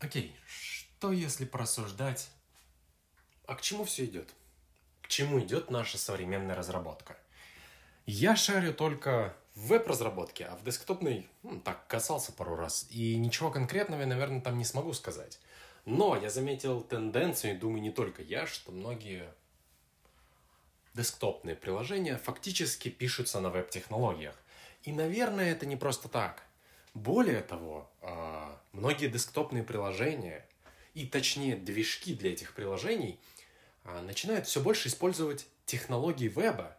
Окей, что если порассуждать, а к чему все идет? К чему идет наша современная разработка? Я шарю только в веб-разработке, а в десктопной, так, касался пару раз. И ничего конкретного я, наверное, там не смогу сказать. Но я заметил тенденцию, и думаю, не только я, что многие десктопные приложения фактически пишутся на веб-технологиях. И, наверное, это не просто так. Более того, многие десктопные приложения, и точнее движки для этих приложений, начинают все больше использовать технологии веба.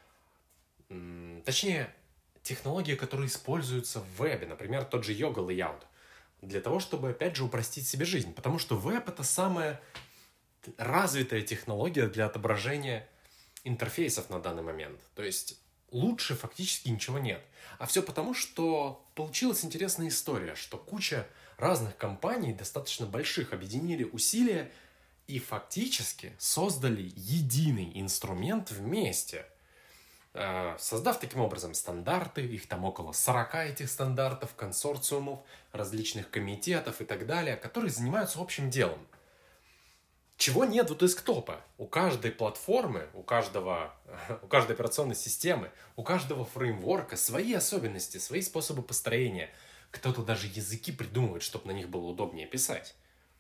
Точнее, технологии, которые используются в вебе, например, тот же Yoga Layout, для того, чтобы, опять же, упростить себе жизнь. Потому что веб — это самая развитая технология для отображения интерфейсов на данный момент. То есть лучше фактически ничего нет. А все потому, что получилась интересная история, что куча разных компаний, достаточно больших, объединили усилия и фактически создали единый инструмент вместе, создав таким образом стандарты, их там около 40 этих стандартов, консорциумов, различных комитетов и так далее, которые занимаются общим делом. Чего нет у десктопа? У каждой платформы, у каждой операционной системы, у каждого фреймворка свои особенности, свои способы построения. Кто-то даже языки придумывает, чтобы на них было удобнее писать.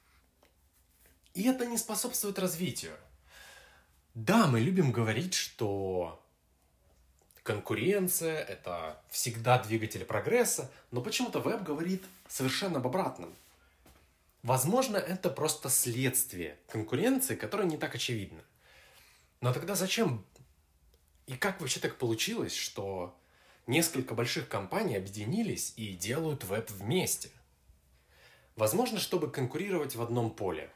И это не способствует развитию. Да, мы любим говорить, что конкуренция – это всегда двигатель прогресса, но почему-то веб говорит совершенно об обратном. Возможно, это просто следствие конкуренции, которая не так очевидна. Но тогда зачем и как вообще так получилось, что несколько больших компаний объединились и делают веб вместе? Возможно, чтобы конкурировать в одном поле.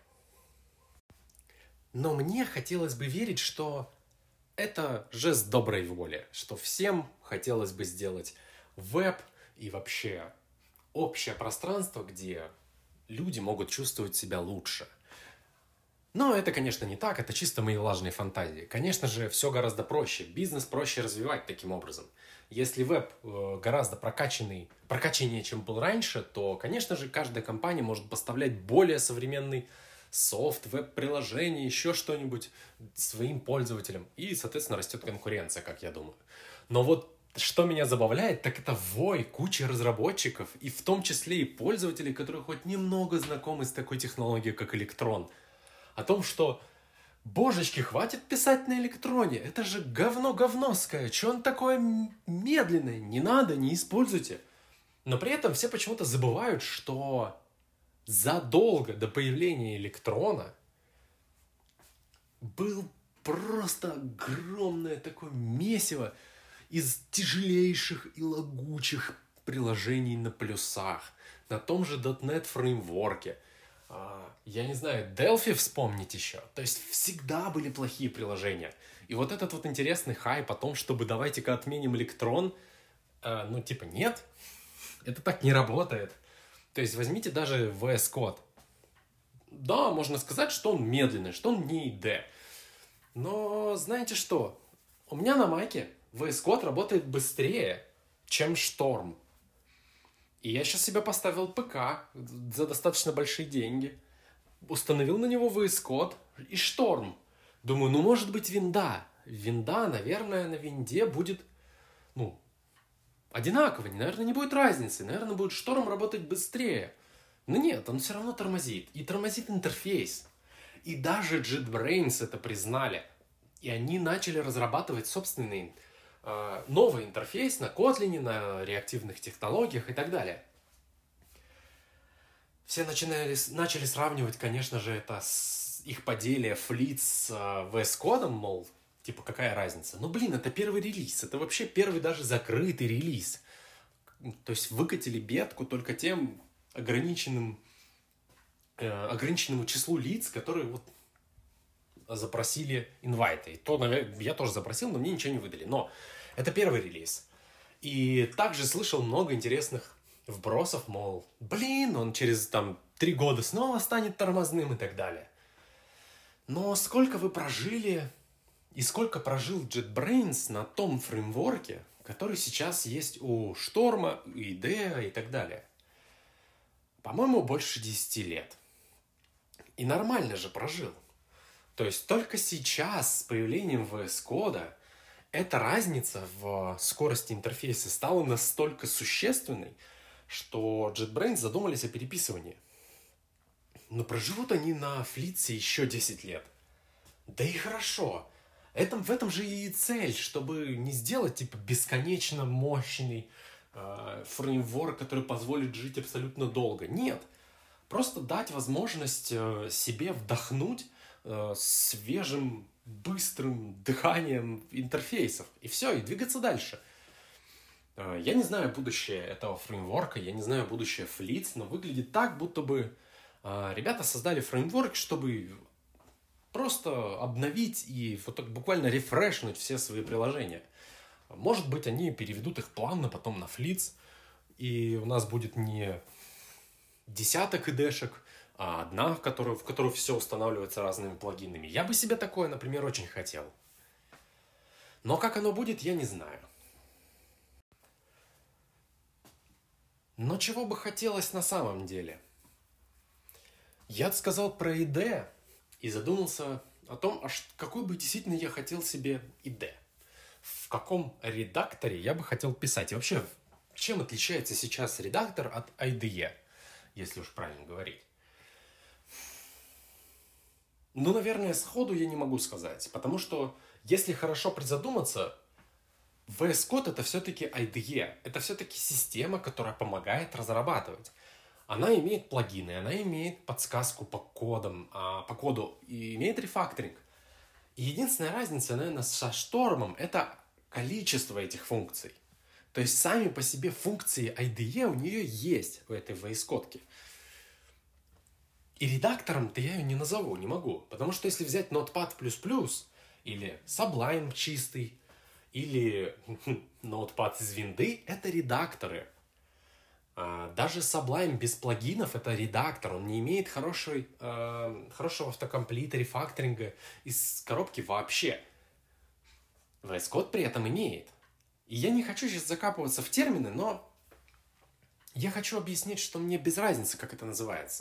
Но мне хотелось бы верить, что это жест доброй воли, что всем хотелось бы сделать веб и вообще общее пространство, где люди могут чувствовать себя лучше. Но это, конечно, не так, это чисто мои влажные фантазии. Конечно же, все гораздо проще, бизнес проще развивать таким образом. Если веб гораздо прокачаннее, чем был раньше, то, конечно же, каждая компания может поставлять более современный софт, веб-приложение, еще что-нибудь своим пользователям. И, соответственно, растет конкуренция, как я думаю. Но вот что меня забавляет, так это вой кучи разработчиков, и в том числе и пользователей, которые хоть немного знакомы с такой технологией, как Электрон. О том, что, божечки, хватит писать на Электроне, это же говно говновское, что он такое медленное, не надо, не используйте. Но при этом все почему-то забывают, что задолго до появления Электрона был просто огромное такое месиво из тяжелейших и лагучих приложений на плюсах, на том же .NET фреймворке. Я не знаю, Delphi вспомнить еще. То есть всегда были плохие приложения. И вот этот вот интересный хайп о том, чтобы давайте-ка отменим Электрон, нет, это так не работает. То есть возьмите даже VS Code. Да, можно сказать, что он медленный, что он не IDE. Но знаете что? У меня на Маке VS Code работает быстрее, чем Storm. И я сейчас себе поставил ПК за достаточно большие деньги. Установил на него VS Code и Storm. Думаю, может быть винда. Винда, наверное, на винде будет, одинаково. Наверное, не будет разницы. Наверное, будет Storm работать быстрее. Но нет, он все равно тормозит. И тормозит интерфейс. И даже JetBrains это признали. И они начали разрабатывать собственный новый интерфейс на Kotlin, на реактивных технологиях и так далее. Все начали сравнивать, конечно же, это с их поделие Fleet с VS Code, мол, типа, какая разница? Это первый релиз, это вообще первый даже закрытый релиз. То есть выкатили бетку только тем ограниченному числу лиц, которые запросили инвайты. И то, наверное, я тоже запросил, но мне ничего не выдали. Но это первый релиз. И также слышал много интересных вбросов, мол, он через 3 года снова станет тормозным и так далее. Но сколько вы прожили и сколько прожил JetBrains на том фреймворке, который сейчас есть у Шторма, IDEA и так далее? по-моему, больше 10 лет. И нормально же прожил. То есть только сейчас с появлением VS Code эта разница в скорости интерфейса стала настолько существенной, что JetBrains задумались о переписывании. Но проживут они на Флитсе еще 10 лет. Да и хорошо. В этом же и цель, чтобы не сделать типа бесконечно мощный фреймворк, который позволит жить абсолютно долго. Нет. Просто дать возможность себе вдохнуть свежим, быстрым дыханием интерфейсов. И все, и двигаться дальше. Я не знаю будущее этого фреймворка, я не знаю будущее Fleets, но выглядит так, будто бы ребята создали фреймворк, чтобы просто обновить и вот так буквально рефрешнуть все свои приложения. Может быть, они переведут их плавно потом на Fleets, и у нас будет не десяток IDE-шек, а одна, в которую все устанавливается разными плагинами. Я бы себе такое, например, очень хотел. Но как оно будет, я не знаю. Но чего бы хотелось на самом деле? Я сказал про IDE и задумался о том, какой бы действительно я хотел себе IDE. В каком редакторе я бы хотел писать. И вообще, чем отличается сейчас редактор от IDE, если уж правильно говорить? Ну, наверное, сходу я не могу сказать. Потому что, если хорошо призадуматься, VS Code это все-таки IDE. Это все-таки система, которая помогает разрабатывать. Она имеет плагины, она имеет подсказку по коду и имеет рефакторинг. И единственная разница, наверное, со Штормом – это количество этих функций. То есть сами по себе функции IDE у нее есть в этой VS Code. И редактором-то я ее не назову, не могу. Потому что если взять Notepad++ или Sublime чистый, или Notepad из винды, это редакторы. Даже Sublime без плагинов это редактор. Он не имеет хорошего автокомплита, рефакторинга из коробки вообще. VS Code при этом имеет. И я не хочу сейчас закапываться в термины, но я хочу объяснить, что мне без разницы, как это называется.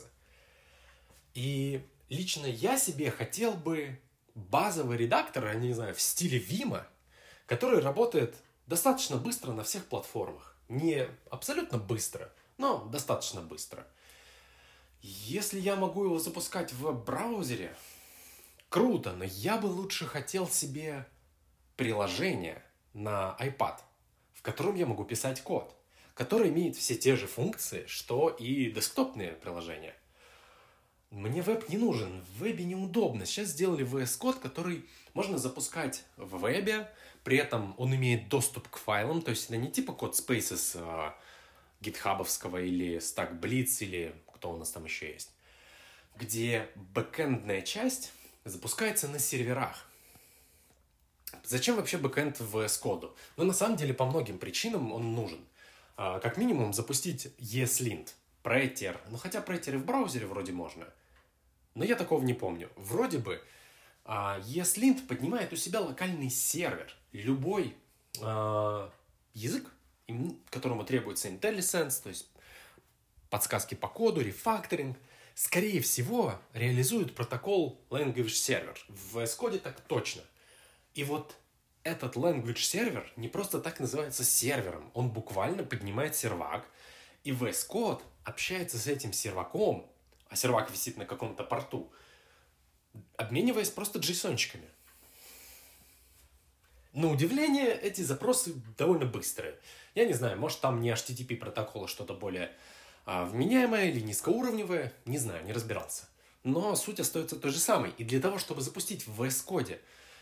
И лично я себе хотел бы базовый редактор, я не знаю, в стиле Vim, который работает достаточно быстро на всех платформах. Не абсолютно быстро, но достаточно быстро. Если я могу его запускать в веб-браузере, круто, но я бы лучше хотел себе приложение на iPad, в котором я могу писать код, который имеет все те же функции, что и десктопные приложения. Мне веб не нужен, в вебе неудобно. Сейчас сделали VS Code, который можно запускать в вебе, при этом он имеет доступ к файлам, то есть это не типа код Spaces гитхабовского или Stack Blitz, или кто у нас там еще есть, где бэкэндная часть запускается на серверах. Зачем вообще бэкэнд в VS Code? Ну, на самом деле, по многим причинам он нужен. Как минимум, запустить ESLint, Prettier. Ну, хотя Prettier и в браузере вроде можно. Но я такого не помню. Вроде бы ESLint поднимает у себя локальный сервер. Любой язык, которому требуется IntelliSense, то есть подсказки по коду, рефакторинг, скорее всего, реализует протокол Language Server. В VS Code так точно. И вот этот Language Server не просто так называется сервером. Он буквально поднимает сервак, и VS Code общается с этим серваком, а сервак висит на каком-то порту, обмениваясь просто JSON-чиками. На удивление, эти запросы довольно быстрые. Я не знаю, может там не HTTP протокол, а что-то более вменяемое или низкоуровневое, не знаю, не разбирался. Но суть остается той же самой. И для того, чтобы запустить в VS Code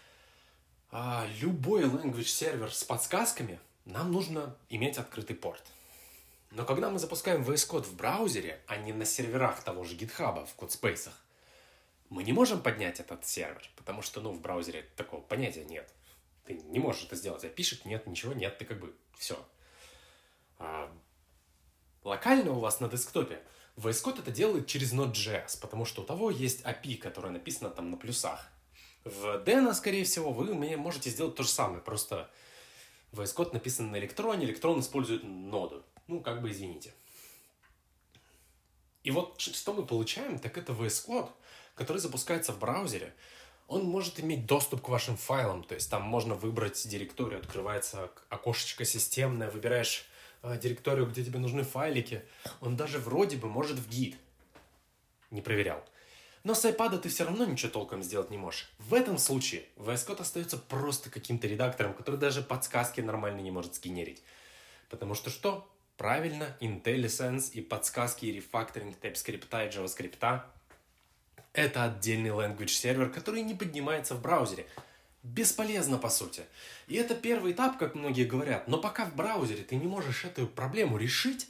любой language сервер с подсказками, нам нужно иметь открытый порт. Но когда мы запускаем VS Code в браузере, а не на серверах того же GitHub в CodeSpace, мы не можем поднять этот сервер, потому что, в браузере такого понятия нет. Ты не можешь это сделать. Опишек нет, ничего нет, ты все. Локально у вас на десктопе VS Code это делает через Node.js, потому что у того есть API, которая написана там на плюсах. В Deno, скорее всего, вы можете сделать то же самое, просто VS Code написан на электроне, электрон использует ноду. Извините. И вот что мы получаем, так это VS Code, который запускается в браузере. Он может иметь доступ к вашим файлам, то есть там можно выбрать директорию, открывается окошечко системное, выбираешь директорию, где тебе нужны файлики. Он даже вроде бы может в Git. Не проверял. Но с iPad ты все равно ничего толком сделать не можешь. В этом случае VS Code остается просто каким-то редактором, который даже подсказки нормально не может сгенерить. Потому что что? Правильно, IntelliSense и подсказки, и рефакторинг TypeScript и JavaScript — это отдельный language сервер, который не поднимается в браузере. Бесполезно, по сути. И это первый этап, как многие говорят. Но пока в браузере ты не можешь эту проблему решить,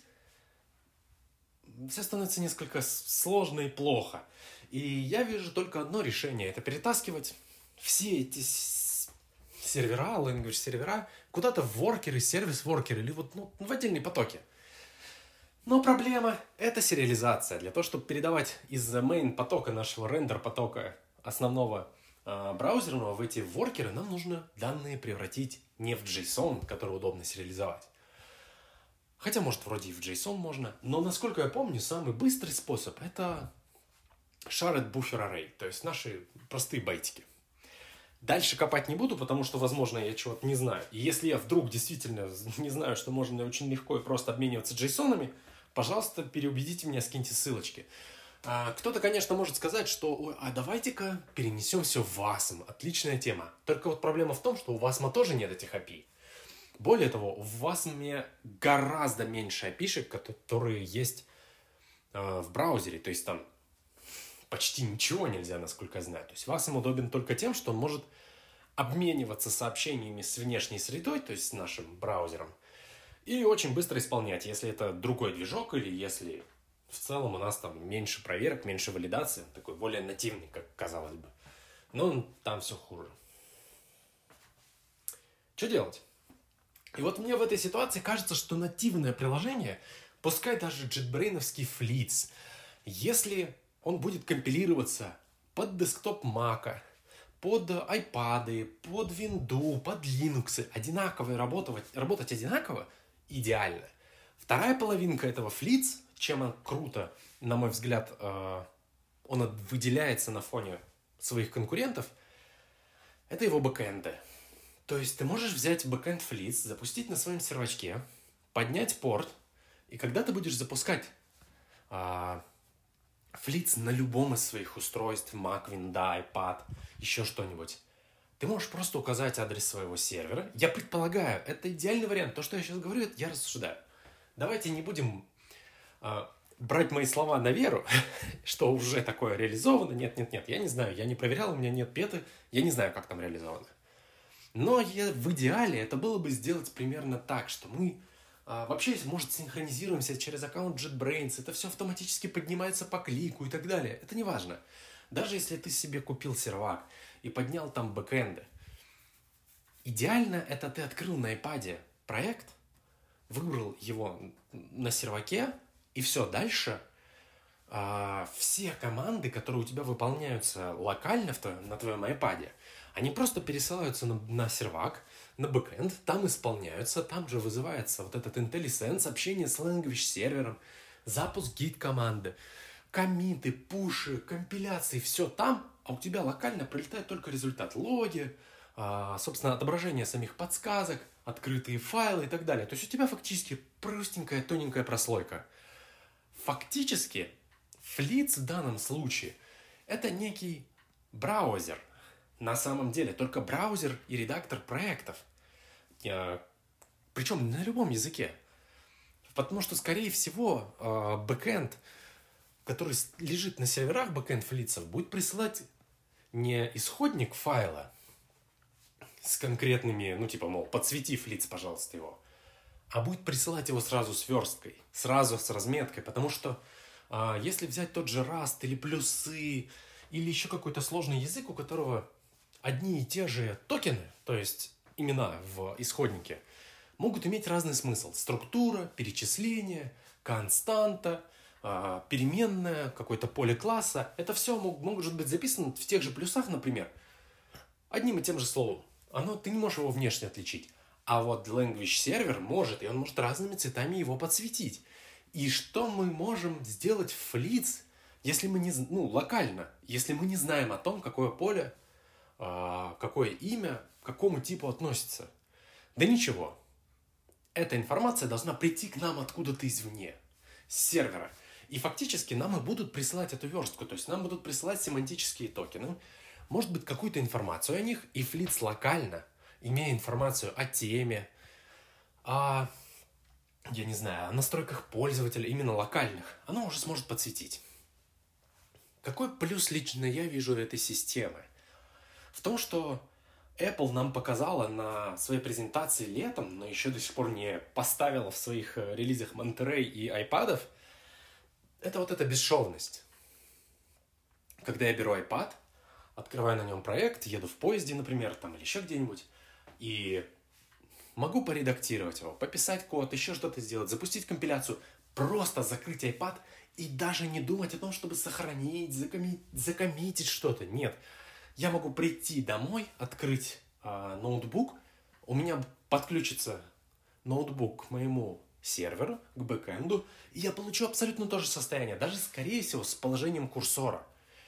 все становится несколько сложно и плохо. И я вижу только одно решение. Это перетаскивать все эти сервера, language сервера, куда-то в воркеры, сервис-воркеры или вот в отдельные потоки. Но проблема — это сериализация. Для того, чтобы передавать из main потока нашего рендер-потока основного браузерного в эти воркеры, нам нужно данные превратить не в JSON, который удобно сериализовать. Хотя, может, вроде и в JSON можно. Но, насколько я помню, самый быстрый способ — это shared buffer array, то есть наши простые байтики. Дальше копать не буду, потому что, возможно, я чего-то не знаю. И если я вдруг действительно не знаю, что можно очень легко и просто обмениваться JSON-ами, пожалуйста, переубедите меня, скиньте ссылочки. Кто-то, конечно, может сказать, что а давайте-ка перенесем все в WASM. Отличная тема. Только вот проблема в том, что у WASM тоже нет этих API. Более того, в WASM гораздо меньше API-шек, которые есть в браузере. То есть там почти ничего нельзя, насколько я знаю. То есть WASM удобен только тем, что он может обмениваться сообщениями с внешней средой, то есть с нашим браузером, и очень быстро исполнять, если это другой движок или если в целом у нас там меньше проверок, меньше валидации, такой более нативный, как казалось бы. Но там все хуже. Что делать? И вот мне в этой ситуации кажется, что нативное приложение, пускай даже JetBrains-овский Fleets, если он будет компилироваться под десктоп Mac, под iPad, под Windows, под Linux, одинаково и работать одинаково, идеально. Вторая половинка этого Fleets, чем он круто, на мой взгляд, он выделяется на фоне своих конкурентов, это его бэкэнды. То есть ты можешь взять бэкэнд Fleets, запустить на своем сервачке, поднять порт, и когда ты будешь запускать Fleets на любом из своих устройств, Mac, Windows, iPad, еще что-нибудь, ты можешь просто указать адрес своего сервера. Я предполагаю, это идеальный вариант. То, что я сейчас говорю, это я рассуждаю. Давайте не будем брать мои слова на веру, что уже такое реализовано. Нет, я не знаю, я не проверял, у меня нет беты, я не знаю, как там реализовано. Но в идеале это было бы сделать примерно так, что мы вообще, может, синхронизируемся через аккаунт JetBrains, это все автоматически поднимается по клику и так далее. Это не важно. Даже если ты себе купил сервак и поднял там бэкэнды, идеально это ты открыл на iPad проект, выбрал его на серваке, и все, дальше все команды, которые у тебя выполняются локально на твоем iPad, они просто пересылаются на сервак, на бэкэнд, там исполняются, там же вызывается вот этот IntelliSense, общение с language сервером, запуск Git команды, коммиты, пуши, компиляции, все там, а у тебя локально прилетает только результат, логи, собственно, отображение самих подсказок, открытые файлы и так далее. То есть у тебя фактически простенькая, тоненькая прослойка. Фактически, Fleets в данном случае это некий браузер. На самом деле, только браузер и редактор проектов. Причем на любом языке. Потому что, скорее всего, бэкэнд, который лежит на серверах бэкэнд флитсов, будет присылать не исходник файла с конкретными, мол, подсвети флитс, пожалуйста, его, а будет присылать его сразу с версткой, сразу с разметкой. Потому что если взять тот же Rust или плюсы, или еще какой-то сложный язык, у которого одни и те же токены, то есть имена в исходнике, могут иметь разный смысл. Структура, перечисление, константа, переменная, какое-то поле класса. Это все может быть записано в тех же плюсах, например, одним и тем же словом. Ты не можешь его внешне отличить. А вот language сервер может, и он может разными цветами его подсветить. И что мы можем сделать в Флиц, если мы не, локально, если мы не знаем о том, какое поле, какое имя, к какому типу относится? Да ничего. Эта информация должна прийти к нам откуда-то извне, с сервера. И фактически нам и будут присылать эту верстку, то есть нам будут присылать семантические токены, может быть, какую-то информацию о них, и Флиц локально, имея информацию о теме, о, я не знаю, о настройках пользователя, именно локальных, оно уже сможет подсветить. Какой плюс лично я вижу этой системы? В том, что Apple нам показала на своей презентации летом, но еще до сих пор не поставила в своих релизах Monterey и iPad'ов, это вот эта бесшовность. Когда я беру iPad, открываю на нем проект, еду в поезде, например, там, или еще где-нибудь, и могу поредактировать его, пописать код, еще что-то сделать, запустить компиляцию, просто закрыть iPad и даже не думать о том, чтобы сохранить, закоммитить что-то. Нет. Я могу прийти домой, открыть ноутбук, у меня подключится ноутбук к моему серверу, к бэкэнду, и я получу абсолютно то же состояние, даже, скорее всего, с положением курсора.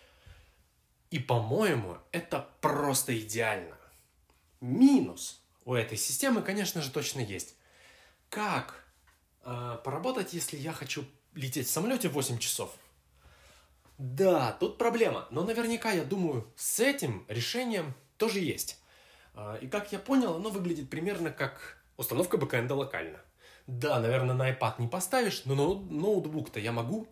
И, по-моему, это просто идеально. Минус у этой системы, конечно же, точно есть. Как поработать, если я хочу лететь в самолете 8 часов? Да, тут проблема, но наверняка, я думаю, с этим решением тоже есть. И как я понял, оно выглядит примерно как установка бэкэнда локально. Да, наверное, на iPad не поставишь, но ноутбук-то я могу.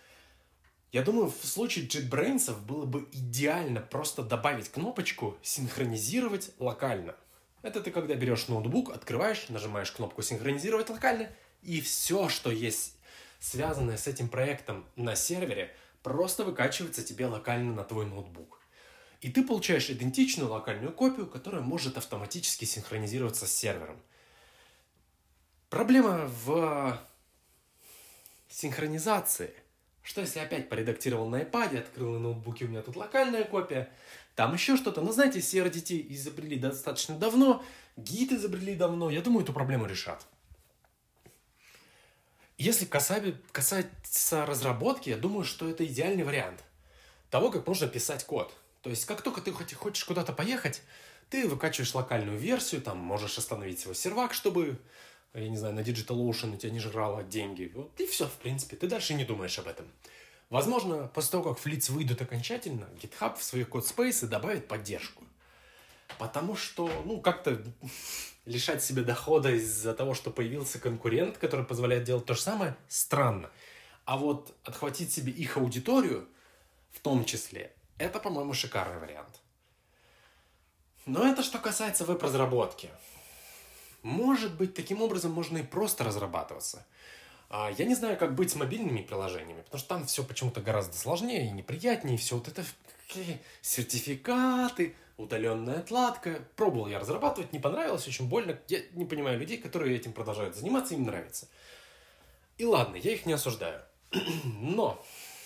Я думаю, в случае JetBrains было бы идеально просто добавить кнопочку «Синхронизировать локально». Это ты когда берешь ноутбук, открываешь, нажимаешь кнопку «Синхронизировать локально», и все, что есть связанное с этим проектом на сервере, просто выкачивается тебе локально на твой ноутбук. И ты получаешь идентичную локальную копию, которая может автоматически синхронизироваться с сервером. Проблема в синхронизации. Что если опять поредактировал на iPad, открыл на ноутбуке, у меня тут локальная копия, там еще что-то. Но знаете, CRDT изобрели достаточно давно, Git изобрели давно, я думаю, эту проблему решат. Если касается разработки, я думаю, что это идеальный вариант того, как можно писать код. То есть, как только ты хочешь куда-то поехать, ты выкачиваешь локальную версию, там можешь остановить свой сервак, чтобы, я не знаю, на DigitalOcean у тебя не жрало деньги. Вот, и все, в принципе, ты дальше не думаешь об этом. Возможно, после того, как Fleets выйдут окончательно, GitHub в свои кодспейсы добавит поддержку. Потому что, как-то лишать себя дохода из-за того, что появился конкурент, который позволяет делать то же самое, странно. А вот отхватить себе их аудиторию, в том числе, это, по-моему, шикарный вариант. Но это что касается веб-разработки. Может быть, таким образом можно и просто разрабатываться. Я не знаю, как быть с мобильными приложениями, потому что там все почему-то гораздо сложнее и неприятнее, и все вот это сертификаты, удаленная отладка. Пробовал я разрабатывать, не понравилось, очень больно. Я не понимаю людей, которые этим продолжают заниматься, им нравится. И ладно, я их не осуждаю. Но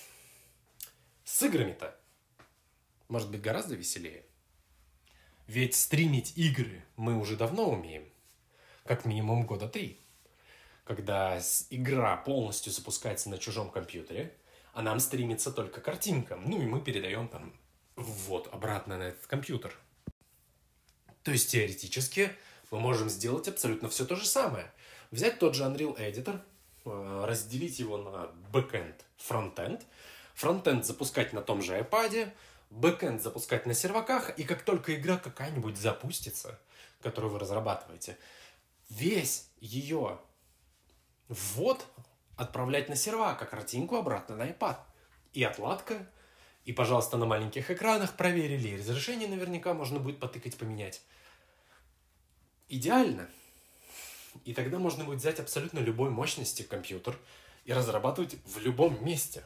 с играми-то может быть гораздо веселее. Ведь стримить игры мы уже давно умеем. Как минимум года 3. Когда игра полностью запускается на чужом компьютере, а нам стримится только картинка. И мы передаем там ввод обратно на этот компьютер. То есть теоретически мы можем сделать абсолютно все то же самое. Взять тот же Unreal Editor, разделить его на бэкэнд, фронтенд. Фронтенд запускать на том же iPad, бэкэнд запускать на серваках, и как только игра какая-нибудь запустится, которую вы разрабатываете, весь ее ввод отправлять на сервак, а картинку обратно на iPad. И отладка, и, пожалуйста, на маленьких экранах проверили, и разрешение наверняка можно будет потыкать, поменять. Идеально. И тогда можно будет взять абсолютно любой мощности компьютер и разрабатывать в любом месте.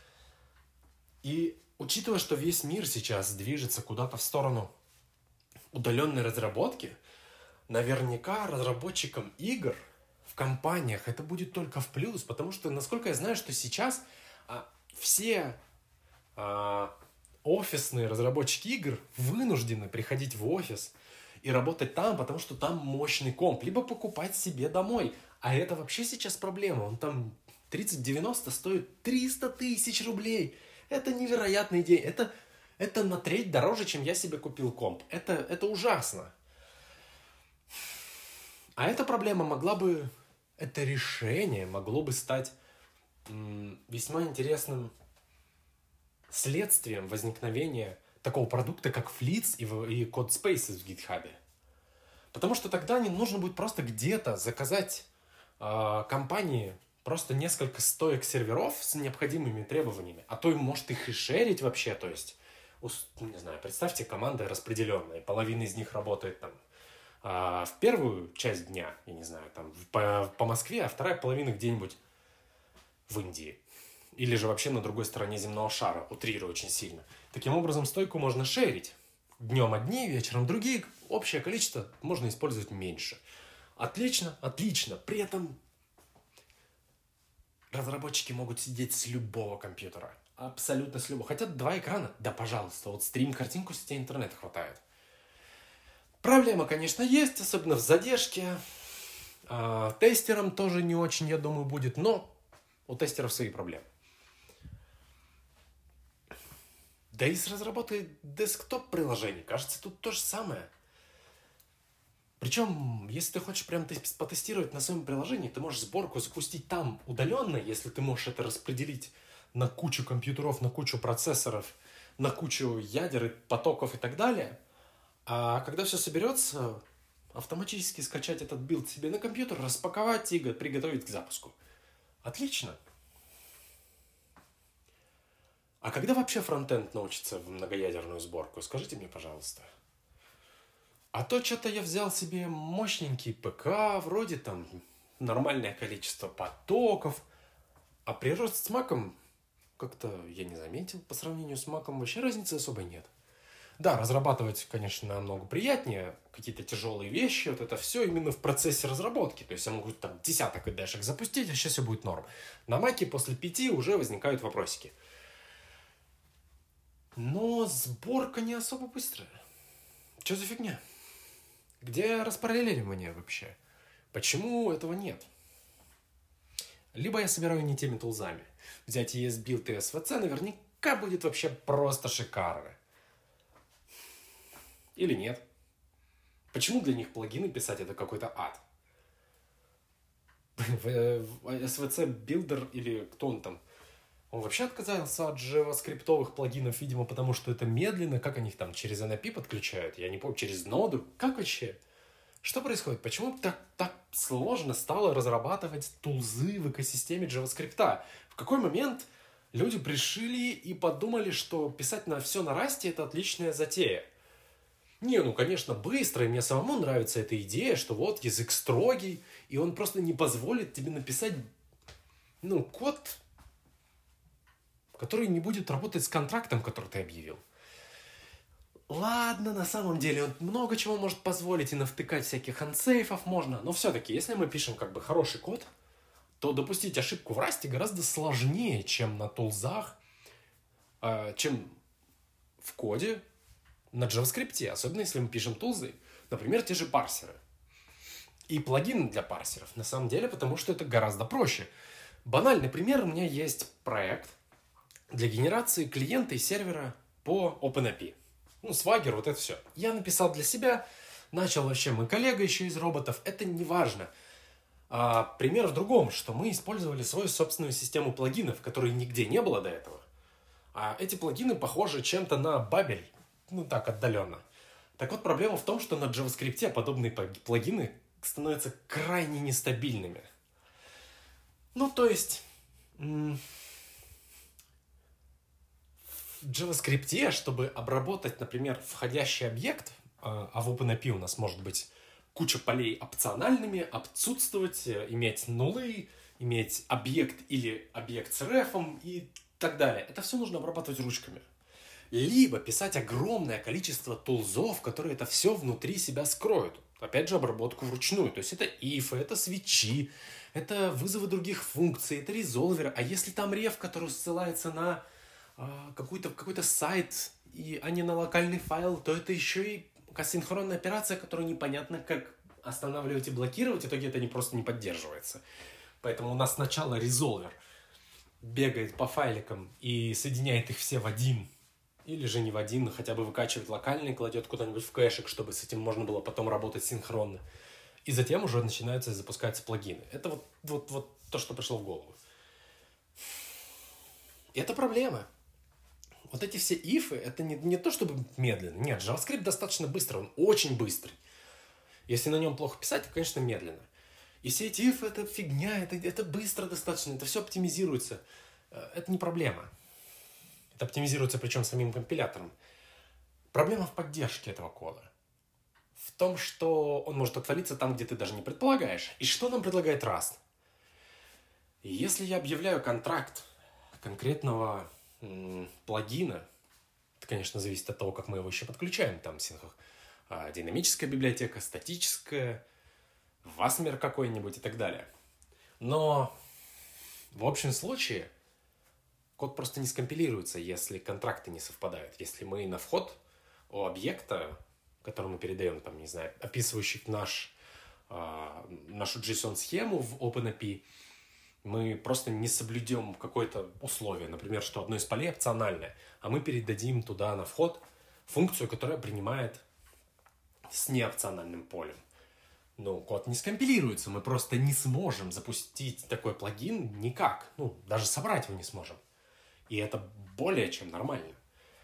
И учитывая, что весь мир сейчас движется куда-то в сторону удаленной разработки, наверняка разработчикам игр в компаниях это будет только в плюс, потому что, насколько я знаю, что сейчас все офисные разработчики игр вынуждены приходить в офис и работать там, потому что там мощный комп, либо покупать себе домой. А это вообще сейчас проблема. Он там 3090 стоит 300 тысяч рублей. Это невероятный день. Это на треть дороже, чем я себе купил комп. Это ужасно. А эта проблема это решение могло бы стать весьма интересным следствием возникновения такого продукта, как Flits и CodeSpaces в GitHub. Потому что тогда не нужно будет просто где-то заказать компании просто несколько стоек серверов с необходимыми требованиями, а то и может их и шерить вообще, то есть, не знаю, представьте, команда распределенная, половина из них работает там в первую часть дня, я не знаю, там по Москве, а вторая половина где-нибудь в Индии. Или же вообще на другой стороне земного шара, утрирую очень сильно. Таким образом, стойку можно шерить. Днем одни, вечером другие. Общее количество можно использовать меньше. Отлично, отлично. При этом разработчики могут сидеть с любого компьютера. Абсолютно с любого. Хотят 2 экрана? Да, пожалуйста. Вот стрим-картинку, если тебе интернета хватает. Проблема, конечно, есть, особенно в задержке. Тестерам тоже не очень, я думаю, будет. Но у тестеров свои проблемы. Да и с разработкой десктоп-приложений, кажется, тут то же самое. Причем, если ты хочешь прям потестировать на своем приложении, ты можешь сборку запустить там удаленно, если ты можешь это распределить на кучу компьютеров, на кучу процессоров, на кучу ядер, потоков и так далее. А когда все соберется, автоматически скачать этот билд себе на компьютер, распаковать и приготовить к запуску. Отлично. А когда вообще фронтенд научится в многоядерную сборку? Скажите мне, пожалуйста. А то что-то я взял себе мощненький ПК, вроде там нормальное количество потоков, а прирост с маком как-то я не заметил. По сравнению с маком вообще разницы особой нет. Да, разрабатывать, конечно, намного приятнее, какие-то тяжелые вещи, вот это все именно в процессе разработки. То есть я могу там десяток IDE-шек запустить, а сейчас все будет норм. На маке после 5 уже возникают вопросики. Но сборка не особо быстрая. Что за фигня? Где распараллеливание вообще? Почему этого нет? Либо я собираю не теми тулзами. Взять ESBuild и SVC наверняка будет вообще просто шикарно. Или нет? Почему для них плагины писать это какой-то ад? SVC Builder или кто он там? Он вообще отказался от JavaScript-овых плагинов, видимо, потому что это медленно. Как они их там через NAP подключают? Я не помню, через ноду? Как вообще? Что происходит? Почему так сложно стало разрабатывать тулзы в экосистеме JavaScript? В какой момент люди пришли и подумали, что писать на все на Rust — это отличная затея? Не, ну, конечно, быстро, и мне самому нравится эта идея, что вот язык строгий, и он просто не позволит тебе написать, код, который не будет работать с контрактом, который ты объявил. Ладно, на самом деле он много чего может позволить, и навтыкать всяких ансейфов можно, но все-таки, если мы пишем как бы хороший код, то допустить ошибку в Rust гораздо сложнее, чем на тулзах, чем в коде на JavaScript, особенно если мы пишем тулзы, например, те же парсеры. И плагины для парсеров, на самом деле, потому что это гораздо проще. Банальный пример, у меня есть проект для генерации клиента и сервера по OpenAPI. Swagger, вот это все. Я написал для себя, начал вообще мой коллега еще из роботов, это не важно. Пример в другом, что мы использовали свою собственную систему плагинов, которой нигде не было до этого. А эти плагины похожи чем-то на Babel, так отдаленно. Так вот, проблема в том, что на JavaScript подобные плагины становятся крайне нестабильными. То есть в JavaScript, чтобы обработать, например, входящий объект, а в OpenAPI у нас может быть куча полей опциональными, отсутствовать, иметь нулы, иметь объект или объект с рефом и так далее. Это все нужно обрабатывать ручками. Либо писать огромное количество тулзов, которые это все внутри себя скроют. Опять же, обработку вручную. То есть это ифы, это свитчи, это вызовы других функций, это резолверы. А если там реф, который ссылается на какой-то сайт, а не на локальный файл, то это еще и асинхронная операция, которую непонятно как останавливать и блокировать. В итоге это просто не поддерживается. Поэтому у нас сначала резолвер бегает по файликам и соединяет их все в один. Или же не в один, но хотя бы выкачивает локально и кладет куда-нибудь в кэшик, чтобы с этим можно было потом работать синхронно. И затем уже начинаются и запускаются плагины. Это вот то, что пришло в голову. И это проблема. Вот эти все ифы, это не то, чтобы медленно. Нет, JavaScript достаточно быстро, он очень быстрый. Если на нем плохо писать, то, конечно, медленно. И все эти ифы, это фигня, это быстро достаточно, это все оптимизируется. Это не проблема. Это оптимизируется причем самим компилятором. Проблема в поддержке этого кода. В том, что он может отвалиться там, где ты даже не предполагаешь. И что нам предлагает Rust? Если я объявляю контракт конкретного плагина, это, конечно, зависит от того, как мы его еще подключаем. Там динамическая библиотека, статическая, Wasmer какой-нибудь и так далее. Но в общем случае код просто не скомпилируется, если контракты не совпадают. Если мы на вход у объекта, который мы передаем, там, не знаю, описывающий нашу JSON-схему в OpenAPI, мы просто не соблюдем какое-то условие, например, что одно из полей опциональное, а мы передадим туда на вход функцию, которая принимает с неопциональным полем. Ну, код не скомпилируется, мы просто не сможем запустить такой плагин никак. Ну, даже собрать его не сможем. И это более чем нормально.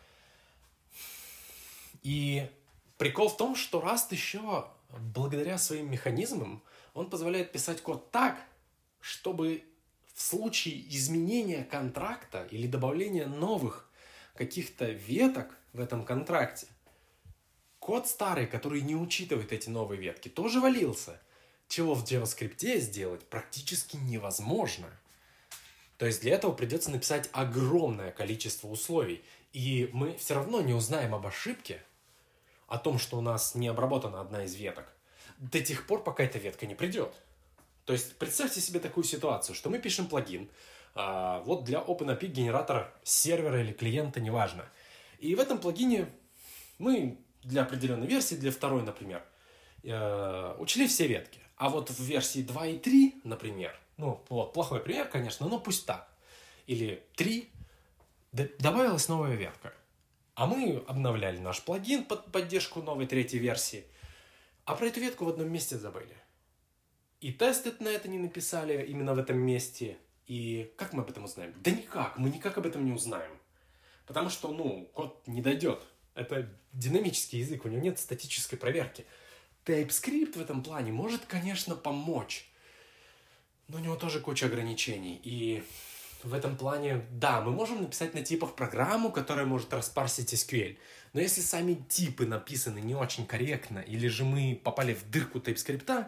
И прикол в том, что Rust еще, благодаря своим механизмам, он позволяет писать код так, чтобы в случае изменения контракта или добавления новых каких-то веток в этом контракте, код старый, который не учитывает эти новые ветки, тоже валился. Чего в JavaScript сделать практически невозможно. То есть для этого придется написать огромное количество условий. И мы все равно не узнаем об ошибке, о том, что у нас не обработана одна из веток, до тех пор, пока эта ветка не придет. То есть представьте себе такую ситуацию, что мы пишем плагин, вот для OpenAPI генератора сервера или клиента, неважно. И в этом плагине мы для определенной версии, для второй, например, учли все ветки. А вот в версии 2 и 3, например, ну вот плохой пример, конечно, но пусть так. Или 3, добавилась новая ветка. А мы обновляли наш плагин под поддержку новой третьей версии, а про эту ветку в одном месте забыли. И тесты на это не написали именно в этом месте. И как мы об этом узнаем? Да никак, мы никак об этом не узнаем. Потому что, код не дойдет. Это динамический язык, у него нет статической проверки. TypeScript в этом плане может, конечно, помочь. Но у него тоже куча ограничений. И в этом плане, да, мы можем написать на типах программу, которая может распарсить SQL. Но если сами типы написаны не очень корректно, или же мы попали в дырку TypeScript,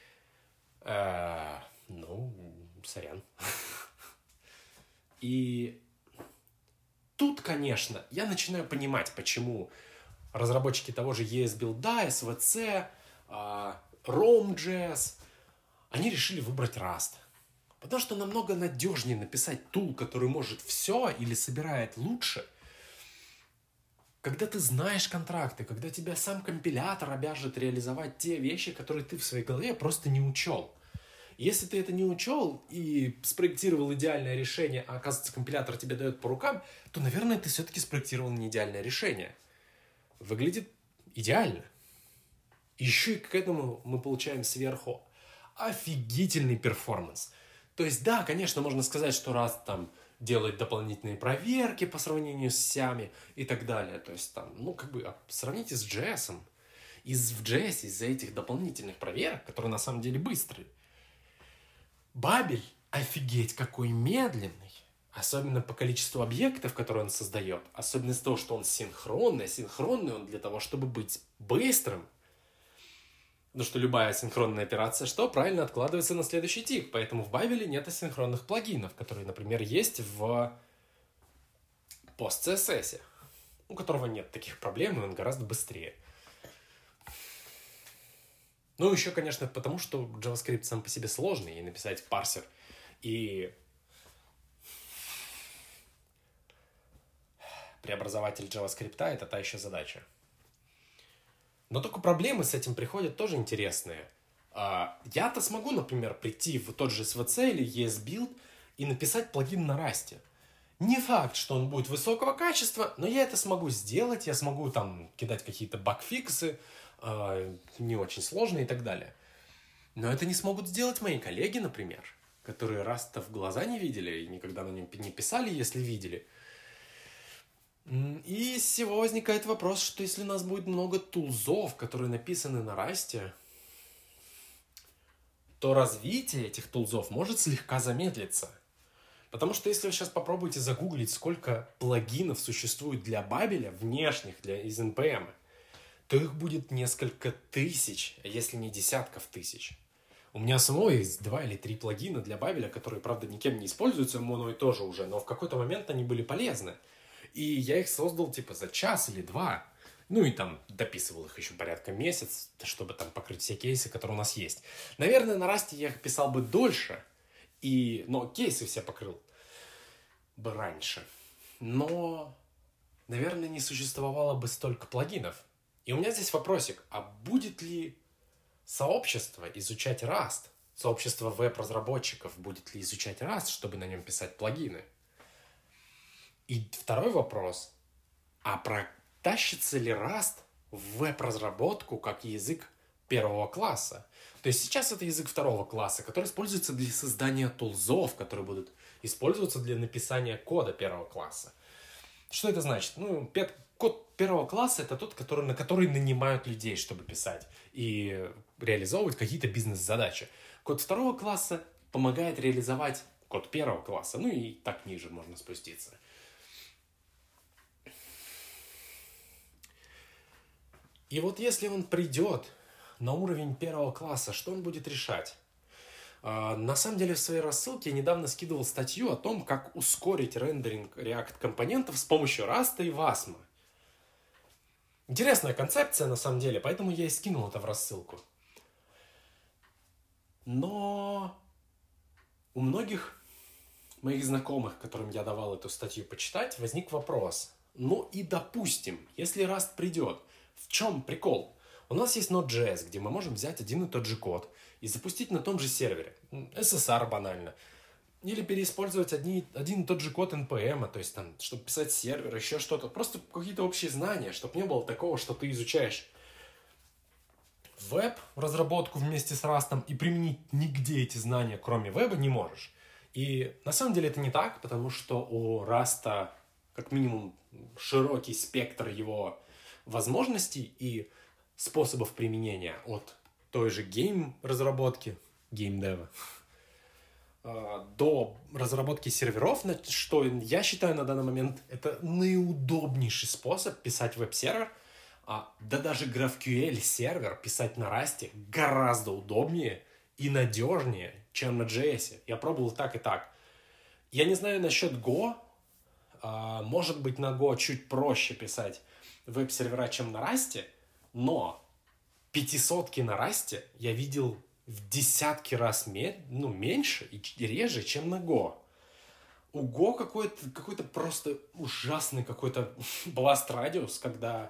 сорян. И тут, конечно, я начинаю понимать, почему разработчики того же ESBuild, SVC, Rome.js, они решили выбрать Rust. Потому что намного надежнее написать тул, который может все или собирает лучше, когда ты знаешь контракты, когда тебя сам компилятор обяжет реализовать те вещи, которые ты в своей голове просто не учел. Если ты это не учел и спроектировал идеальное решение, а оказывается компилятор тебе дает по рукам, то, наверное, ты все-таки спроектировал не идеальное решение. Выглядит идеально. Еще и к этому мы получаем сверху офигительный перформанс. То есть, да, конечно, можно сказать, что раз там делает дополнительные проверки по сравнению с сями и так далее. То есть, там, сравните с JS. В JS из-за этих дополнительных проверок, которые на самом деле быстрые, Бабель, офигеть, какой медленный. Особенно по количеству объектов, которые он создает. Особенно из-за того, что он синхронный. Синхронный он для того, чтобы быть быстрым. Потому что любая синхронная операция, что правильно откладывается на следующий тип. Поэтому в Бабеле нет асинхронных плагинов, которые, например, есть в PostCSS, у которого нет таких проблем, и он гораздо быстрее. Ну, еще, конечно, потому что JavaScript сам по себе сложный, и написать парсер и преобразователь JavaScript — это та еще задача. Но только проблемы с этим приходят тоже интересные. Я-то смогу, например, прийти в тот же SVC или ESBuild и написать плагин на Rust. Не факт, что он будет высокого качества, но я это смогу сделать, я смогу там кидать какие-то багфиксы, не очень сложные и так далее. Но это не смогут сделать мои коллеги, например, которые Rust в глаза не видели и никогда на нем не писали, если видели. И с всего возникает вопрос, что если у нас будет много тулзов, которые написаны на Rust, то развитие этих тулзов может слегка замедлиться. Потому что если вы сейчас попробуете загуглить, сколько плагинов существует для Бабеля, внешних, из NPM, то их будет несколько тысяч, а если не десятков тысяч. У меня самого есть 2 или 3 плагина для Бабеля, которые, правда, никем не используются, мной тоже уже, но в какой-то момент они были полезны. И я их создал типа за час или 2. Ну и там дописывал их еще порядка месяц, чтобы там покрыть все кейсы, которые у нас есть. Наверное, на Rust я их писал бы дольше, но кейсы все покрыл бы раньше. Но, наверное, не существовало бы столько плагинов. И у меня здесь вопросик, а будет ли сообщество изучать Rust? Сообщество веб-разработчиков будет ли изучать Rust, чтобы на нем писать плагины? И второй вопрос, а протащится ли Rust в веб-разработку как язык первого класса? То есть сейчас это язык второго класса, который используется для создания тулзов, которые будут использоваться для написания кода первого класса. Что это значит? Код первого класса — это тот, на который нанимают людей, чтобы писать и реализовывать какие-то бизнес-задачи. Код второго класса помогает реализовать код первого класса. Ну и так ниже можно спуститься. И вот если он придет на уровень первого класса, что он будет решать? На самом деле в своей рассылке я недавно скидывал статью о том, как ускорить рендеринг React-компонентов с помощью Rust и Wasm. Интересная концепция на самом деле, поэтому я и скинул это в рассылку. Но у многих моих знакомых, которым я давал эту статью почитать, возник вопрос. Ну и допустим, если Rust придет, в чем прикол? У нас есть Node.js, где мы можем взять один и тот же код и запустить на том же сервере. SSR банально. Или переиспользовать один и тот же код NPM, то есть там, чтобы писать сервер, еще что-то. Просто какие-то общие знания, чтобы не было такого, что ты изучаешь веб-разработку вместе с Rust и применить нигде эти знания, кроме веба, не можешь. И на самом деле это не так, потому что у Rust как минимум широкий спектр его возможностей и способов применения от той же гейм-разработки, гейм-дева, до разработки серверов, что я считаю на данный момент это наиудобнейший способ писать веб-сервер. Да даже GraphQL сервер писать на Rust гораздо удобнее и надежнее, чем на JS. Я пробовал так и так. Я не знаю насчет Go. Может быть, на Go чуть проще писать веб-сервера, чем на Rust, но 500-ки на Rust я видел в десятки раз меньше и реже, чем на Go. У Go какой-то просто ужасный какой-то blast-радиус, когда...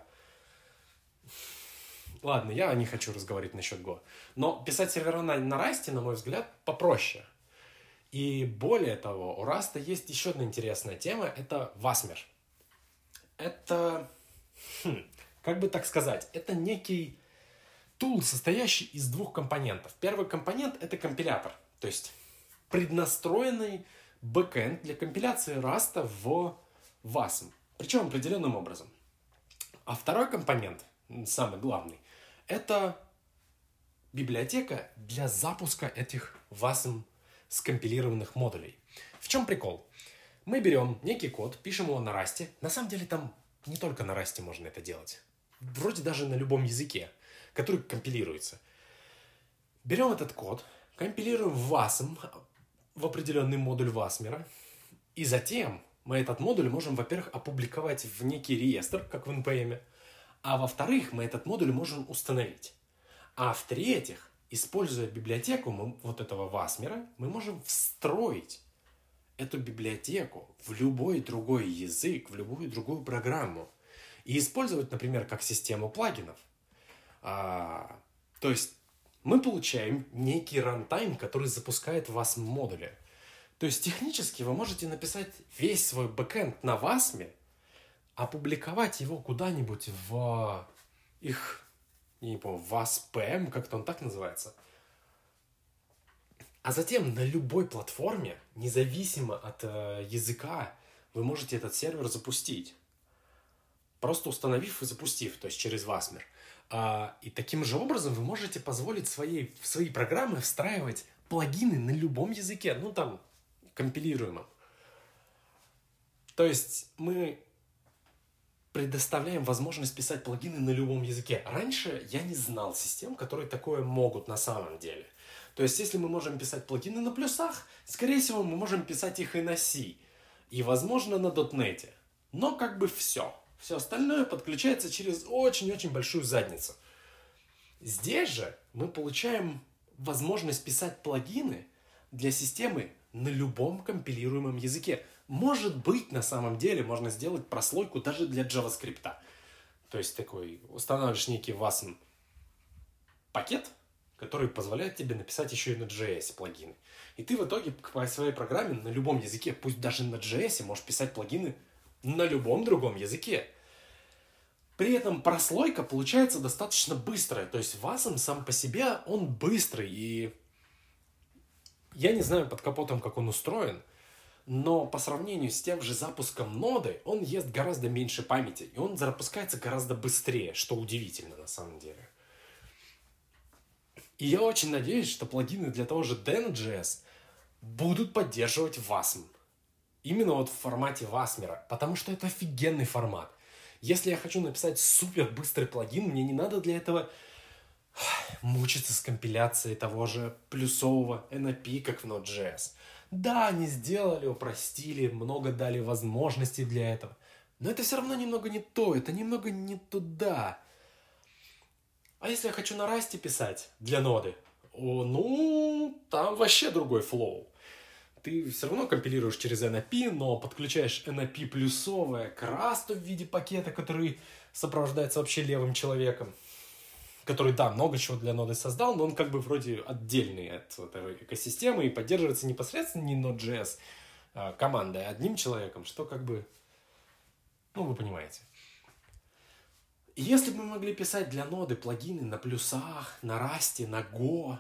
Ладно, я не хочу разговаривать насчет Go. Но писать сервера на Rust, на мой взгляд, попроще. И более того, у Rust есть еще одна интересная тема, это Wasmer. Это, как бы так сказать, это некий тул, состоящий из 2 компонентов. Первый компонент — это компилятор, то есть преднастроенный бэкэнд для компиляции Rust в Wasm, причем определенным образом. А второй компонент, самый главный, это библиотека для запуска этих Wasm скомпилированных модулей. В чем прикол? Мы берем некий код, пишем его на Rust. На самом деле там не только на Rust можно это делать. Вроде даже на любом языке, который компилируется. Берем этот код, компилируем в Wasm, в определенный модуль Wasmer, и затем мы этот модуль можем, во-первых, опубликовать в некий реестр, как в NPM, а во-вторых, мы этот модуль можем установить. А в-третьих, используя библиотеку вот этого Wasmer, мы можем встроить эту библиотеку в любой другой язык, в любую другую программу и использовать, например, как систему плагинов. То есть мы получаем некий рантайм, который запускает вас в модуле. То есть технически вы можете написать весь свой бэкэнд на Wasm, опубликовать его куда-нибудь в их, я не помню, WASM, как-то он так называется. А затем на любой платформе, независимо от языка, вы можете этот сервер запустить. Просто установив и запустив, то есть через Wasm. И таким же образом вы можете позволить в свои программы встраивать плагины на любом языке, ну там, компилируемом. То есть мы предоставляем возможность писать плагины на любом языке. Раньше я не знал систем, которые такое могут на самом деле. То есть если мы можем писать плагины на плюсах, скорее всего мы можем писать их и на C. И возможно на .NET. Но как бы все. Все остальное подключается через очень-очень большую задницу. Здесь же мы получаем возможность писать плагины для системы на любом компилируемом языке. Может быть, на самом деле можно сделать прослойку даже для JavaScript. То есть такой устанавливаешь некий Wasm пакет, который позволяет тебе написать еще и на JS плагины. И ты в итоге по своей программе на любом языке, пусть даже на JS, можешь писать плагины на любом другом языке. При этом прослойка получается достаточно быстрая. То есть Wasm сам по себе, он быстрый. И я не знаю под капотом, как он устроен, но по сравнению с тем же запуском ноды, он ест гораздо меньше памяти. И он запускается гораздо быстрее, что удивительно на самом деле. И я очень надеюсь, что плагины для того же Deno.js будут поддерживать Wasm. Именно вот в формате Wasm, потому что это офигенный формат. Если я хочу написать супер быстрый плагин, мне не надо для этого мучиться с компиляцией того же плюсового NAP, как в Node.js. Да, они сделали, упростили, много дали возможностей для этого. Но это все равно немного не то, это немного не туда. А если я хочу на Rust писать для ноды, там вообще другой флоу. Ты все равно компилируешь через NAP, но подключаешь NAP плюсовое к Rust в виде пакета, который сопровождается вообще левым человеком, который, да, много чего для ноды создал, но он как бы вроде отдельный от этой экосистемы и поддерживается непосредственно не Node.js командой, а одним человеком, что как бы, вы понимаете. И если бы мы могли писать для ноды плагины на плюсах, на Rust, на Go,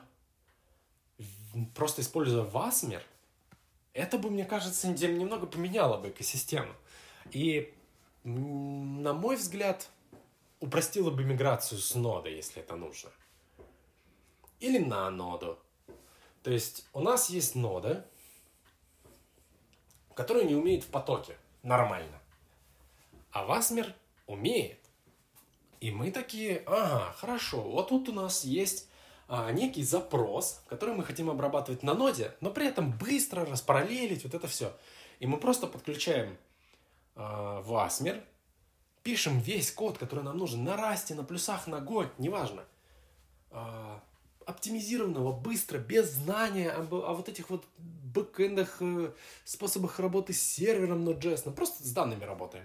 просто используя Wasm, это бы, мне кажется, немного поменяло бы экосистему. И, на мой взгляд, упростило бы миграцию с ноды, если это нужно. Или на ноду. То есть у нас есть нода, которая не умеет в потоке нормально. А Wasm умеет. И мы такие, хорошо, вот тут у нас есть некий запрос, который мы хотим обрабатывать на ноде, но при этом быстро распараллелить вот это все. И мы просто подключаем Wasm, пишем весь код, который нам нужен на Rust, на плюсах, на Go, неважно. Оптимизированного, быстро, без знания о вот этих вот бэкэндах, способах работы с сервером Node.js. Просто с данными работаем.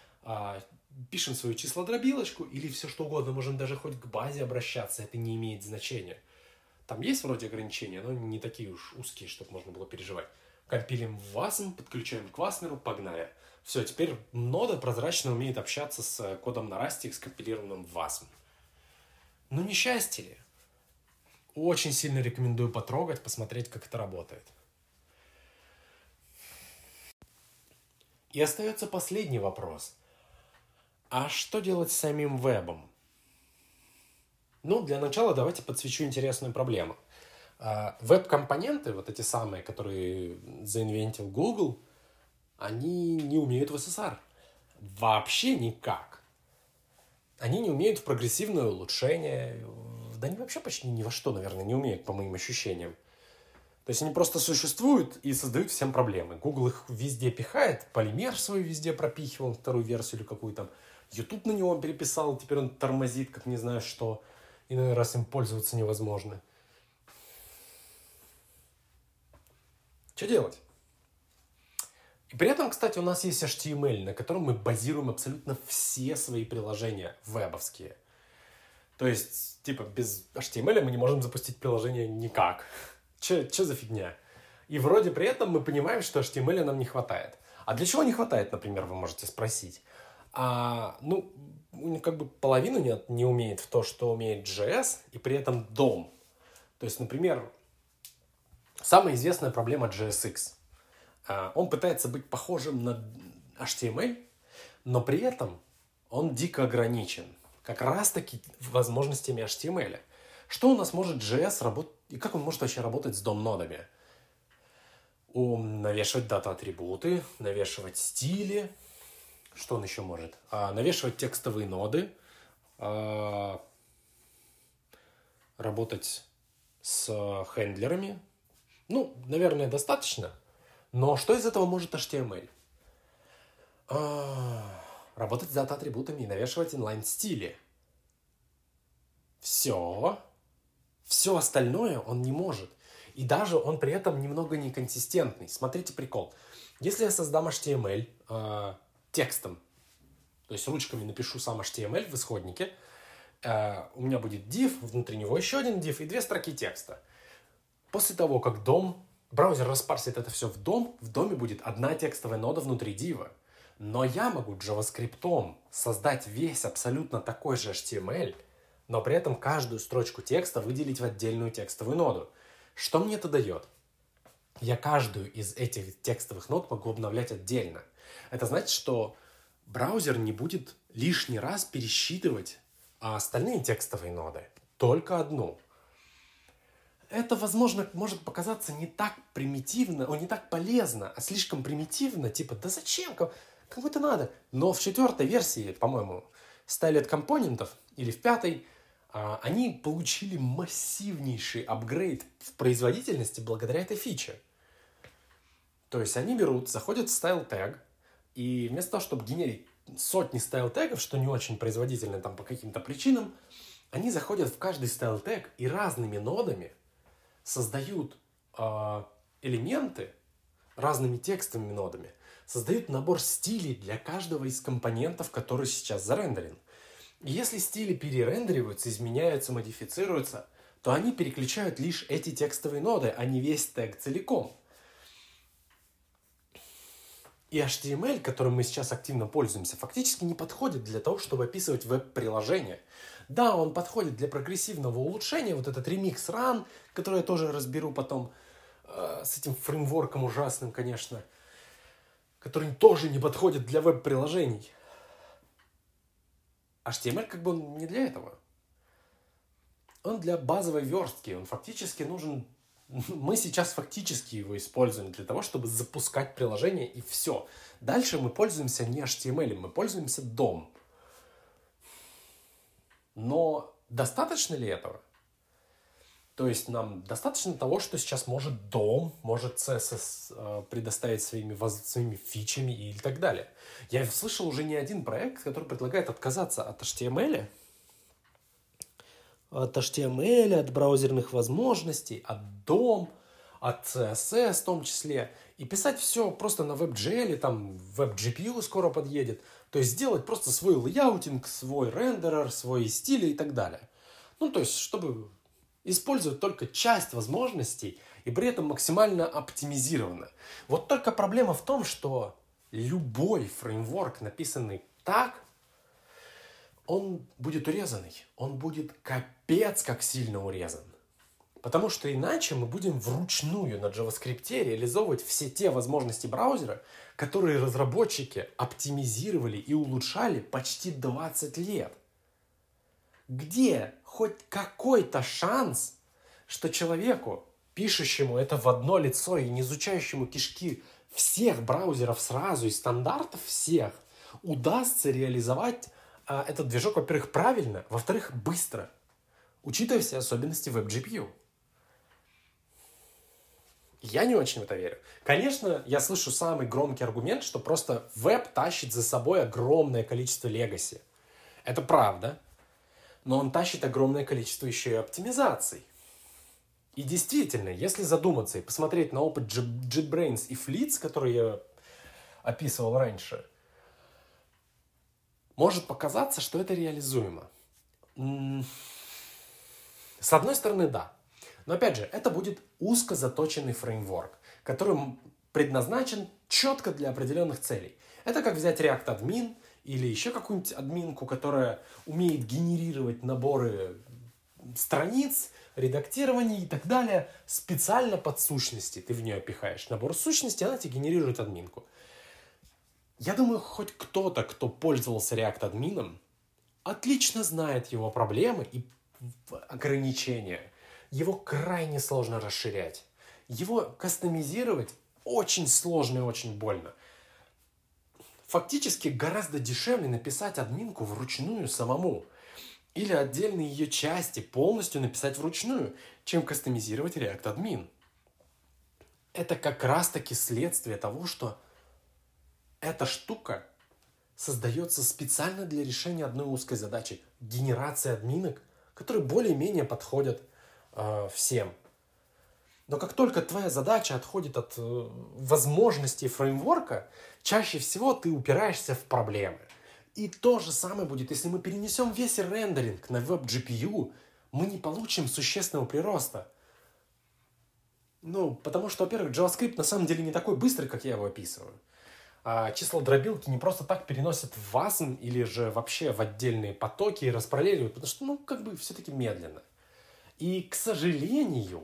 Пишем свою числодробилочку или все что угодно, можем даже хоть к базе обращаться, это не имеет значения. Там есть вроде ограничения, но не такие уж узкие, чтобы можно было переживать. Компилим в Wasm, подключаем к Wasm, погнали. Все, теперь нода прозрачно умеет общаться с кодом на Rust, скомпилированным в Wasm. Ну, несчастье ли? Очень сильно рекомендую потрогать, посмотреть, как это работает. И остается последний вопрос. А что делать с самим вебом? Для начала давайте подсвечу интересную проблему. Веб-компоненты, вот эти самые, которые заинвентил Google, они не умеют в SSR. Вообще никак. Они не умеют в прогрессивное улучшение. Да они вообще почти ни во что, наверное, не умеют, по моим ощущениям. То есть они просто существуют и создают всем проблемы. Google их везде пихает, полимер свой везде пропихивал, вторую версию или какую-то. YouTube на него переписал, теперь он тормозит, как не знаю что. Иной раз им пользоваться невозможно. Что делать? И при этом, кстати, у нас есть HTML, на котором мы базируем абсолютно все свои приложения вебовские. То есть, типа, без HTML мы не можем запустить приложение никак. Че за фигня? И вроде при этом мы понимаем, что HTML нам не хватает. А для чего не хватает, например, вы можете спросить? Как бы половину не умеет в то, что умеет JS, и при этом DOM. То есть, например, самая известная проблема JSX. Он пытается быть похожим на HTML, но при этом он дико ограничен как раз-таки возможностями HTML. Что у нас может JS работать, и как он может вообще работать с DOM-нодами? Навешивать дата-атрибуты, навешивать стили. Что он еще может? Навешивать текстовые ноды, работать с хендлерами. Наверное, достаточно. Но что из этого может HTML? Работать с дата-атрибутами и навешивать инлайн-стили. Все. Все остальное он не может. И даже он при этом немного неконсистентный. Смотрите прикол. Если я создам HTML текстом, то есть ручками напишу сам HTML в исходнике, у меня будет div, внутри него еще один div и 2 строки текста. После того, как браузер распарсит это все в доме будет одна текстовая нода внутри дива. Но я могу JavaScript создать весь абсолютно такой же HTML, но при этом каждую строчку текста выделить в отдельную текстовую ноду. Что мне это дает? Я каждую из этих текстовых нод могу обновлять отдельно. Это значит, что браузер не будет лишний раз пересчитывать остальные текстовые ноды, только одну. Это, возможно, может показаться не так примитивно, не так полезно, а слишком примитивно, типа, да зачем, кому это надо? Но в 4-й версии, по-моему, Styled компонентов, или в 5-й, они получили массивнейший апгрейд в производительности благодаря этой фиче. То есть они заходят в style tag, и вместо того, чтобы генерить сотни style тегов, что не очень производительно там по каким-то причинам, они заходят в каждый style tag и разными нодами создают элементы, разными текстовыми нодами, создают набор стилей для каждого из компонентов, который сейчас зарендерен. И если стили перерендериваются, изменяются, модифицируются, то они переключают лишь эти текстовые ноды, а не весь тег целиком. И HTML, которым мы сейчас активно пользуемся, фактически не подходит для того, чтобы описывать веб-приложение. Да, он подходит для прогрессивного улучшения, вот этот Remix Run, который я тоже разберу потом, с этим фреймворком ужасным, конечно, который тоже не подходит для веб-приложений. HTML как бы он не для этого. Он для базовой верстки, он фактически нужен. Мы сейчас фактически его используем для того, чтобы запускать приложение, и все. Дальше мы пользуемся не HTML, мы пользуемся DOM. Но достаточно ли этого? То есть нам достаточно того, что сейчас может DOM, может CSS предоставить своими фичами и так далее. Я слышал уже не один проект, который предлагает отказаться от HTML, от браузерных возможностей, от DOM, от CSS в том числе, и писать все просто на WebGL, там WebGPU скоро подъедет, то есть сделать просто свой лейаутинг, свой рендерер, свои стили и так далее. То есть, чтобы использовать только часть возможностей и при этом максимально оптимизированно. Вот только проблема в том, что любой фреймворк, написанный так, он будет урезанный. Он будет капец как сильно урезан. Потому что иначе мы будем вручную на JavaScript реализовывать все те возможности браузера, которые разработчики оптимизировали и улучшали почти 20 лет. Где хоть какой-то шанс, что человеку, пишущему это в одно лицо и не изучающему кишки всех браузеров сразу и стандартов всех, удастся реализовать этот движок, во-первых, правильно, во-вторых, быстро, учитывая все особенности WebGPU. Я не очень в это верю. Конечно, я слышу самый громкий аргумент, что просто веб тащит за собой огромное количество legacy. Это правда. Но он тащит огромное количество еще и оптимизаций. И действительно, если задуматься и посмотреть на опыт JetBrains и Fleets, который я описывал раньше, может показаться, что это реализуемо. С одной стороны, да. Но опять же, это будет узко заточенный фреймворк, который предназначен четко для определенных целей. Это как взять React Admin или еще какую-нибудь админку, которая умеет генерировать наборы страниц, редактирование и так далее специально под сущности. Ты в нее пихаешь набор сущностей, она тебе генерирует админку. Я думаю, хоть кто-то, кто пользовался React админом, отлично знает его проблемы и ограничения. Его крайне сложно расширять. Его кастомизировать очень сложно и очень больно. Фактически гораздо дешевле написать админку вручную самому. Или отдельные ее части полностью написать вручную, чем кастомизировать React Admin. Это как раз-таки следствие того, что эта штука создается специально для решения одной узкой задачи – генерации админок, которые более-менее подходят всем. Но как только твоя задача отходит от возможностей фреймворка, чаще всего ты упираешься в проблемы. И то же самое будет, если мы перенесем весь рендеринг на веб-GPU, мы не получим существенного прироста. Потому что, во-первых, JavaScript на самом деле не такой быстрый, как я его описываю. А числа дробилки не просто так переносят в WASM или же вообще в отдельные потоки и распараллеливают, потому что, все-таки медленно. И, к сожалению,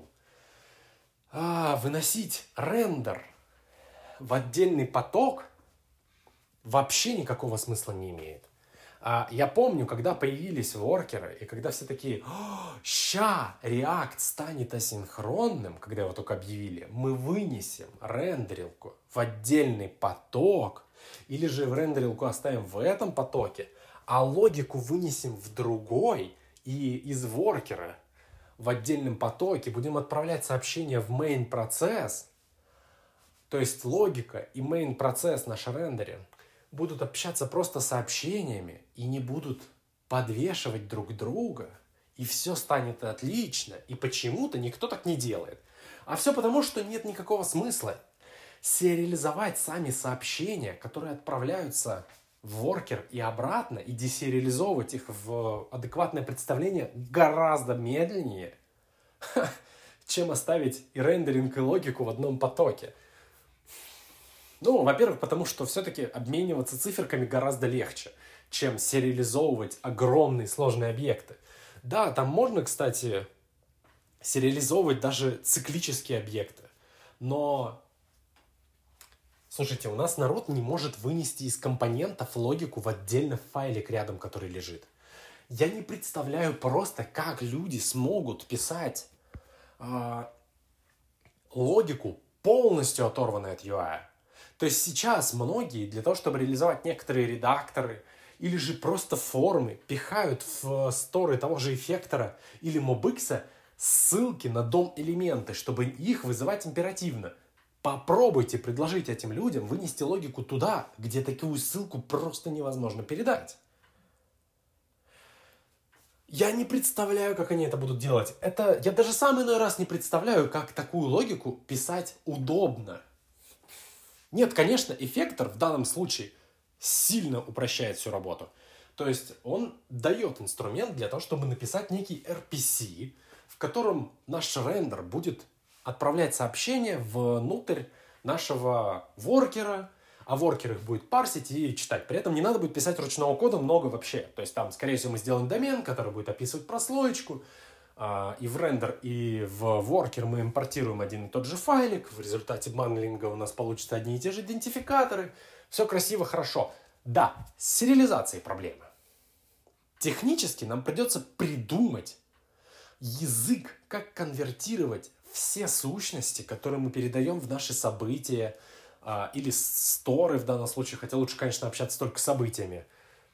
выносить рендер в отдельный поток вообще никакого смысла не имеет. Я помню, когда появились воркеры, и когда все такие, ща React станет асинхронным, когда его только объявили, мы вынесем рендерилку в отдельный поток, или же в рендерилку оставим в этом потоке, а логику вынесем в другой, и из воркера в отдельном потоке будем отправлять сообщения в main процесс, то есть логика и main процесс, наш рендеринг, будут общаться просто сообщениями и не будут подвешивать друг друга, и все станет отлично, и почему-то никто так не делает. А все потому, что нет никакого смысла сериализовать сами сообщения, которые отправляются в воркер и обратно, и десериализовывать их в адекватное представление гораздо медленнее, чем оставить и рендеринг, и логику в одном потоке. Во-первых, потому что все-таки обмениваться циферками гораздо легче, чем сериализовывать огромные сложные объекты. Да, там можно, кстати, сериализовывать даже циклические объекты. Но, слушайте, у нас народ не может вынести из компонентов логику в отдельный файлик рядом, который лежит. Я не представляю просто, как люди смогут писать логику, полностью оторванную от UI. То есть сейчас многие для того, чтобы реализовать некоторые редакторы или же просто формы, пихают в сторы того же эффектора или MobX ссылки на DOM-элементы, чтобы их вызывать императивно. Попробуйте предложить этим людям вынести логику туда, где такую ссылку просто невозможно передать. Я не представляю, как они это будут делать. Я даже сам иной раз не представляю, как такую логику писать удобно. Нет, конечно, эффектор в данном случае сильно упрощает всю работу. То есть он дает инструмент для того, чтобы написать некий RPC, в котором наш рендер будет отправлять сообщения внутрь нашего воркера, а воркер их будет парсить и читать. При этом не надо будет писать ручного кода много вообще. То есть там, скорее всего, мы сделаем домен, который будет описывать прослоечку, и в рендер, и в воркер мы импортируем один и тот же файлик. В результате бандлинга у нас получатся одни и те же идентификаторы. Все красиво, хорошо. Да, с сериализацией проблемы. Технически нам придется придумать язык, как конвертировать все сущности, которые мы передаем в наши события, или сторы в данном случае, хотя лучше, конечно, общаться только с событиями,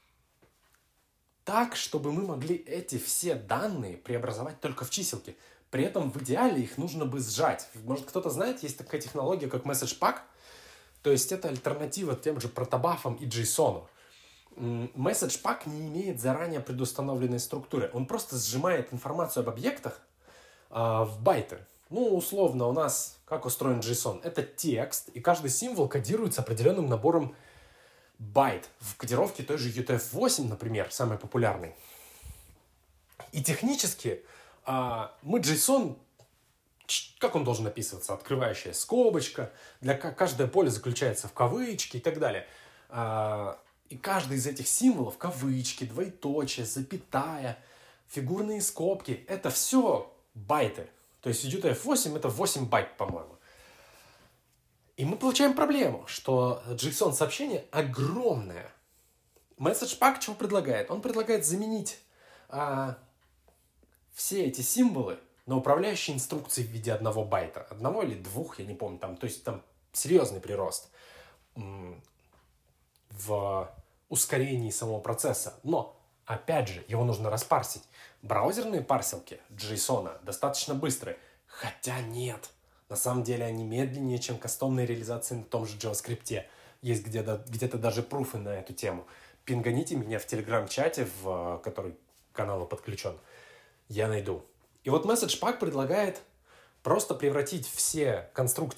так, чтобы мы могли эти все данные преобразовать только в чиселки. При этом в идеале их нужно бы сжать. Может, кто-то знает, есть такая технология, как message pack. То есть это альтернатива тем же протобафам и JSON. Message pack не имеет заранее предустановленной структуры. Он просто сжимает информацию об объектах в байты. Условно, у нас как устроен JSON? Это текст, и каждый символ кодируется определенным набором байт в кодировке той же UTF-8, например, самый популярный. И технически мы JSON, как он должен описываться? Открывающая скобочка, каждое поле заключается в кавычке и так далее. И каждый из этих символов, кавычки, двоеточие, запятая, фигурные скобки, это все байты. То есть UTF-8 это 8 байт, по-моему. И мы получаем проблему, что JSON-сообщение огромное. MessagePack чего предлагает? Он предлагает заменить все эти символы на управляющие инструкции в виде 1 байта. 1 или 2, я не помню. То есть там серьезный прирост в ускорении самого процесса. Но, опять же, его нужно распарсить. Браузерные парсилки JSON достаточно быстрые. Хотя нет. На самом деле они медленнее, чем кастомные реализации на том же JavaScript. Есть где-то даже пруфы на эту тему. Пинганите меня в телеграм-чате, в который к каналу подключен. Я найду. И вот MessagePack предлагает просто превратить все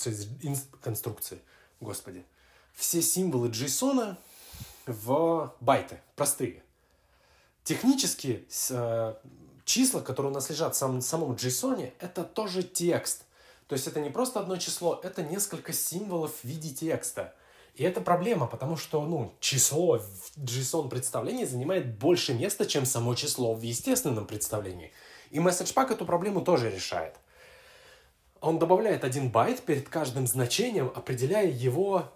все символы JSON в байты, простые. Технически числа, которые у нас лежат в самом JSON, это тоже текст. То есть это не просто одно число, это несколько символов в виде текста. И это проблема, потому что число в JSON-представлении занимает больше места, чем само число в естественном представлении. И MessagePack эту проблему тоже решает. Он добавляет 1 байт перед каждым значением, определяя его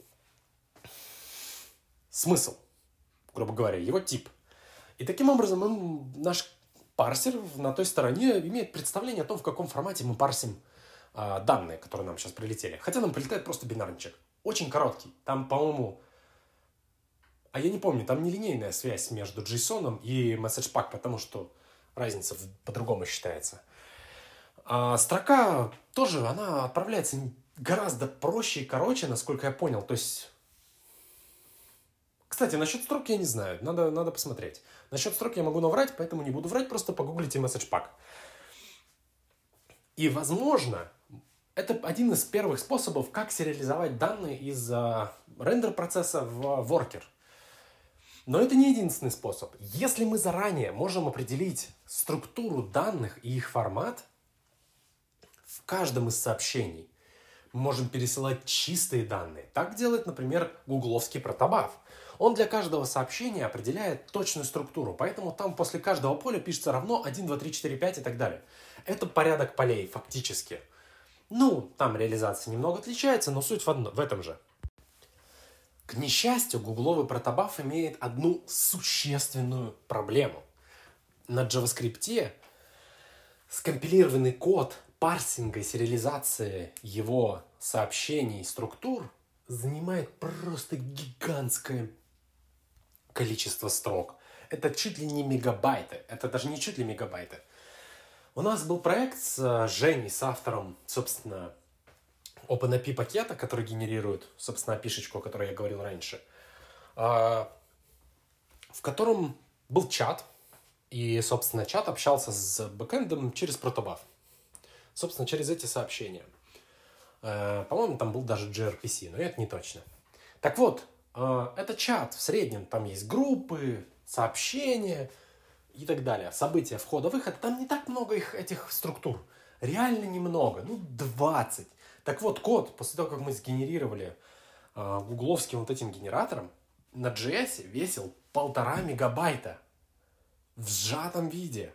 смысл, грубо говоря, его тип. И таким образом наш парсер на той стороне имеет представление о том, в каком формате мы парсим данные, которые нам сейчас прилетели. Хотя нам прилетает просто бинарничек. Очень короткий. Там, по-моему... я не помню, там нелинейная связь между JSON и MessagePack, потому что разница по-другому считается. Строка тоже, она отправляется гораздо проще и короче, насколько я понял. То есть... Кстати, насчет строк я не знаю. Надо посмотреть. Насчет строк я могу наврать, поэтому не буду врать. Просто погуглите MessagePack. И, возможно, это один из первых способов, как сериализовать данные из рендер-процесса в Worker. Но это не единственный способ. Если мы заранее можем определить структуру данных и их формат, в каждом из сообщений мы можем пересылать чистые данные. Так делает, например, гугловский протобаф. Он для каждого сообщения определяет точную структуру, поэтому там после каждого поля пишется равно 1, 2, 3, 4, 5 и так далее. Это порядок полей фактически. Там реализация немного отличается, но суть в этом же. К несчастью, гугловый протобаф имеет одну существенную проблему. На JavaScript скомпилированный код парсинга и сериализации его сообщений и структур занимает просто гигантское количество строк. Это чуть ли не мегабайты. Это даже не чуть ли мегабайты. У нас был проект с Женей, с автором, собственно, OpenAPI пакета, который генерирует, собственно, API-шечку, о которой я говорил раньше, в котором был чат, и, собственно, чат общался с бэкэндом через протобаф. Собственно, через эти сообщения. По-моему, там был даже gRPC, но это не точно. Так вот, это чат. В среднем там есть группы, сообщения и так далее. События, входа-выхода. Там не так много этих структур. Реально немного. 20. Так вот, код, после того, как мы сгенерировали гугловским вот этим генератором, на JS весил 1,5 мегабайта в сжатом виде.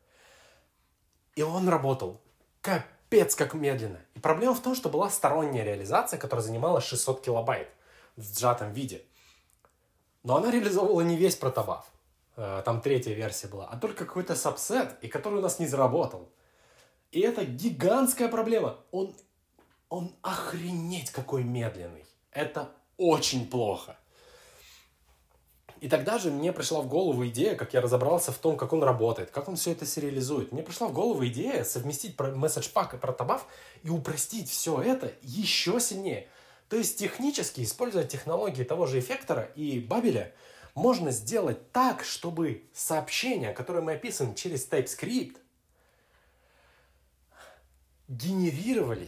И он работал капец как медленно. И проблема в том, что была сторонняя реализация, которая занимала 600 килобайт в сжатом виде. Но она реализовывала не весь протобаф. Там 3-я версия была, а только какой-то сабсет, и который у нас не заработал. И это гигантская проблема. Он охренеть какой медленный. Это очень плохо. И тогда же мне пришла в голову идея, как я разобрался в том, как он работает, как он все это сериализует. Мне пришла в голову идея совместить MessagePack и протобаф и упростить все это еще сильнее. То есть технически, используя технологии того же эффектора и бабеля, можно сделать так, чтобы сообщения, которые мы описываем через TypeScript, генерировали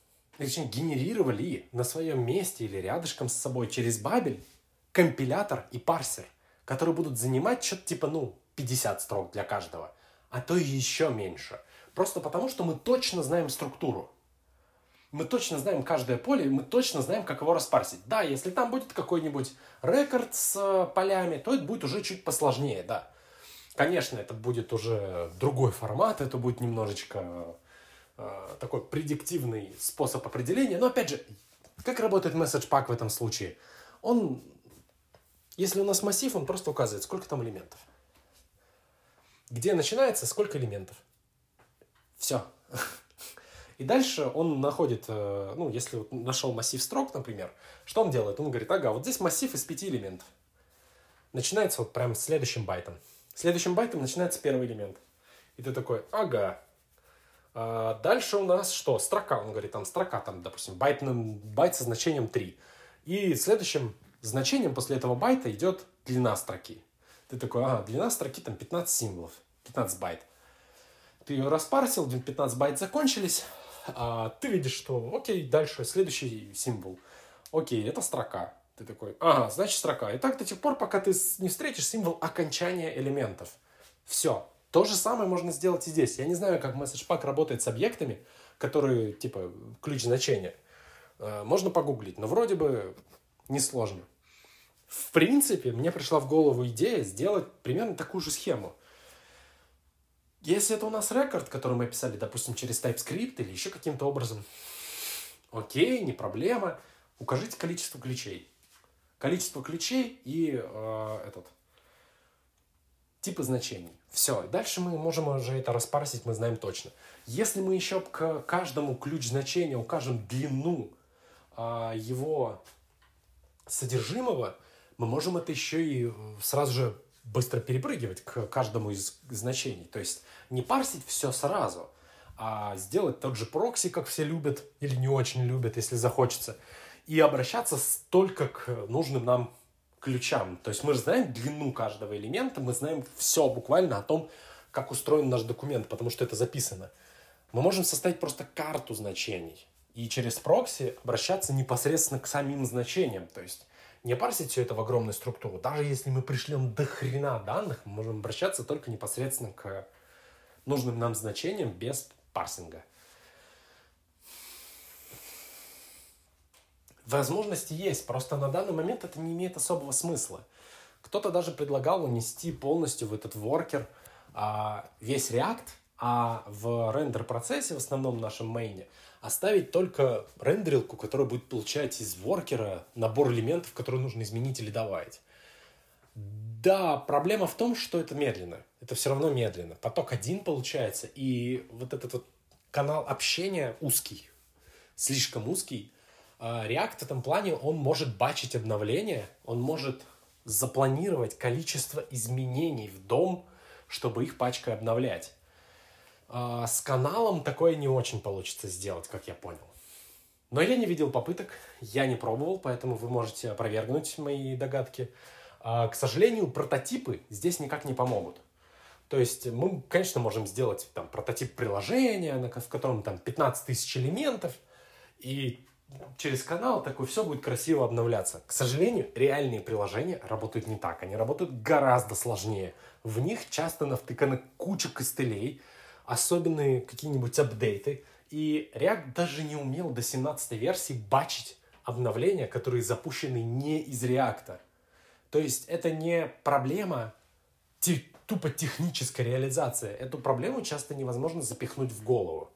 на своем месте или рядышком с собой через бабель компилятор и парсер, которые будут занимать что-то типа 50 строк для каждого. а то и еще меньше. Просто потому, что мы точно знаем структуру. Мы точно знаем каждое поле, и мы точно знаем, как его распарсить. Да, если там будет какой-нибудь рекорд с полями, то это будет уже чуть посложнее, да. Конечно, это будет уже другой формат, это будет немножечко такой предиктивный способ определения. Но опять же, как работает message pack в этом случае? Если у нас массив, он просто указывает, сколько там элементов. Где начинается, сколько элементов. Все. И дальше он находит, если вот нашел массив строк, например, что он делает? Он говорит, ага, вот здесь массив из 5 элементов. Начинается вот прям следующим байтом. Следующим байтом начинается первый элемент. И ты такой, ага. Дальше у нас что? Строка. Он говорит, там строка, допустим, байт со значением 3. И следующим значением после этого байта идет длина строки. Ты такой, ага, длина строки там 15 символов, 15 байт. Ты ее распарсил, 15 байт закончились, ты видишь, что окей, дальше следующий символ. Окей, это строка. Ты такой, ага, значит строка. И так до тех пор, пока ты не встретишь символ окончания элементов. Все. То же самое можно сделать и здесь. Я не знаю, как MessagePack работает с объектами, которые, типа, ключ значения. Можно погуглить, но вроде бы несложно. В принципе, мне пришла в голову идея сделать примерно такую же схему. Если это у нас рекорд, который мы писали, допустим, через TypeScript или еще каким-то образом, окей, не проблема. Укажите количество ключей. Количество ключей и типы значений. Все. Дальше мы можем уже это распарсить, мы знаем точно. Если мы еще к каждому ключ значения укажем длину его содержимого, мы можем это еще и сразу же быстро перепрыгивать к каждому из значений. То есть не парсить все сразу, а сделать тот же прокси, как все любят или не очень любят, если захочется, и обращаться только к нужным нам ключам. То есть мы же знаем длину каждого элемента, мы знаем все буквально о том, как устроен наш документ, потому что это записано. Мы можем составить просто карту значений и через прокси обращаться непосредственно к самим значениям. То есть не парсить все это в огромную структуру. Даже если мы пришлем до хрена данных, мы можем обращаться только непосредственно к нужным нам значениям без парсинга. Возможности есть, просто на данный момент это не имеет особого смысла. Кто-то даже предлагал унести полностью в этот воркер весь React, а в рендер-процессе, в основном в нашем мейне, оставить только рендерилку, которая будет получать из воркера набор элементов, которые нужно изменить или добавить. Да, проблема в том, что это медленно. Это все равно медленно. Поток один получается, и вот этот вот канал общения узкий, слишком узкий. React в этом плане, он может батчить обновления, он может запланировать количество изменений в дом, чтобы их пачкой обновлять. С каналом такое не очень получится сделать, как я понял. Но я не видел попыток, я не пробовал, поэтому вы можете опровергнуть мои догадки. К сожалению, прототипы здесь никак не помогут. То есть мы, конечно, можем сделать там прототип приложения, в котором там 15 тысяч элементов, и через канал такое все будет красиво обновляться. К сожалению, реальные приложения работают не так. Они работают гораздо сложнее. В них часто навтыкана куча костылей, особенные какие-нибудь апдейты. И React даже не умел до 17-й версии батчить обновления, которые запущены не из React. То есть это не проблема тупо технической реализации. Эту проблему часто невозможно запихнуть в голову.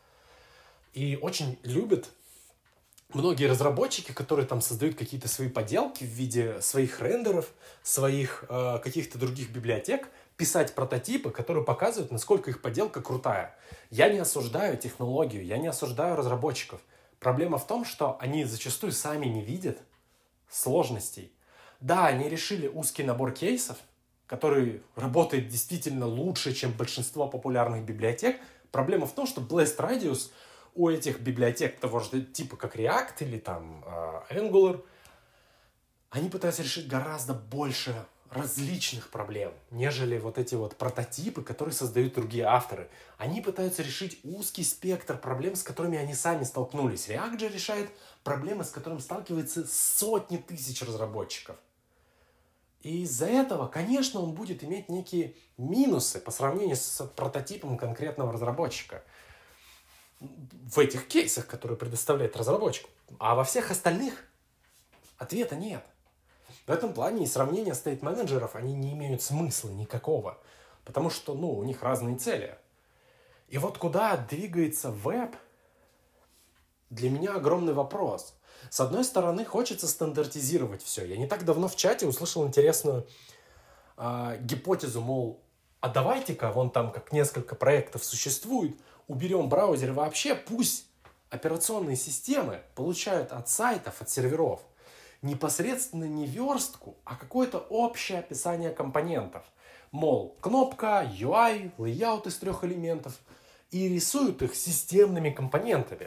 И очень любят многие разработчики, которые там создают какие-то свои поделки в виде своих рендеров, своих каких-то других библиотек, писать прототипы, которые показывают, насколько их поделка крутая. Я не осуждаю технологию, я не осуждаю разработчиков. Проблема в том, что они зачастую сами не видят сложностей. Да, они решили узкий набор кейсов, который работает действительно лучше, чем большинство популярных библиотек. Проблема в том, что Blast Radius у этих библиотек того же типа, как React или там Angular, они пытаются решить гораздо больше различных проблем, нежели вот эти вот прототипы, которые создают другие авторы. Они пытаются решить узкий спектр проблем, с которыми они сами столкнулись. React же решает проблемы, с которыми сталкиваются сотни тысяч разработчиков. И из-за этого, конечно, он будет иметь некие минусы по сравнению с прототипом конкретного разработчика в этих кейсах, которые предоставляет разработчик. А во всех остальных ответа нет. В этом плане и сравнения стейт-менеджеров, они не имеют смысла никакого. Потому что, у них разные цели. И вот куда двигается веб, для меня огромный вопрос. С одной стороны, хочется стандартизировать все. Я не так давно в чате услышал интересную гипотезу, мол, а давайте-ка, вон там как несколько проектов существует, уберем браузеры вообще, пусть операционные системы получают от сайтов, от серверов непосредственно не верстку, а какое-то общее описание компонентов. Мол, кнопка, UI, лейаут из 3 элементов, и рисуют их системными компонентами.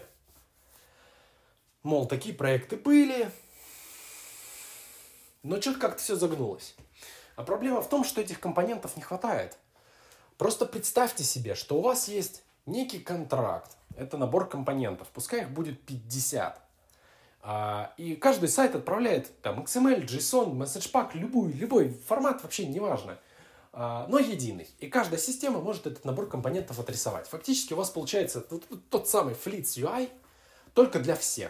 Мол, такие проекты были, но что-то как-то все загнулось. А проблема в том, что этих компонентов не хватает. Просто представьте себе, что у вас есть некий контракт. Это набор компонентов. Пускай их будет 50. И каждый сайт отправляет там XML, JSON, MessagePack, любой формат, вообще неважно. Но единый. И каждая система может этот набор компонентов отрисовать. Фактически у вас получается тот самый Flits UI, только для всех.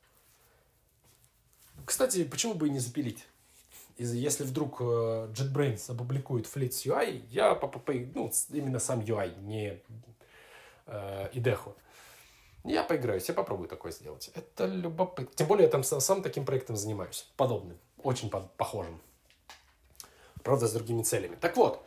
Кстати, почему бы и не запилить? Если вдруг JetBrains опубликует Flits UI, я именно сам UI, не IDEO. Я поиграюсь, я попробую такое сделать. Это любопытно. Тем более я там сам таким проектом занимаюсь. Подобным. Очень похожим. Правда, с другими целями. Так вот.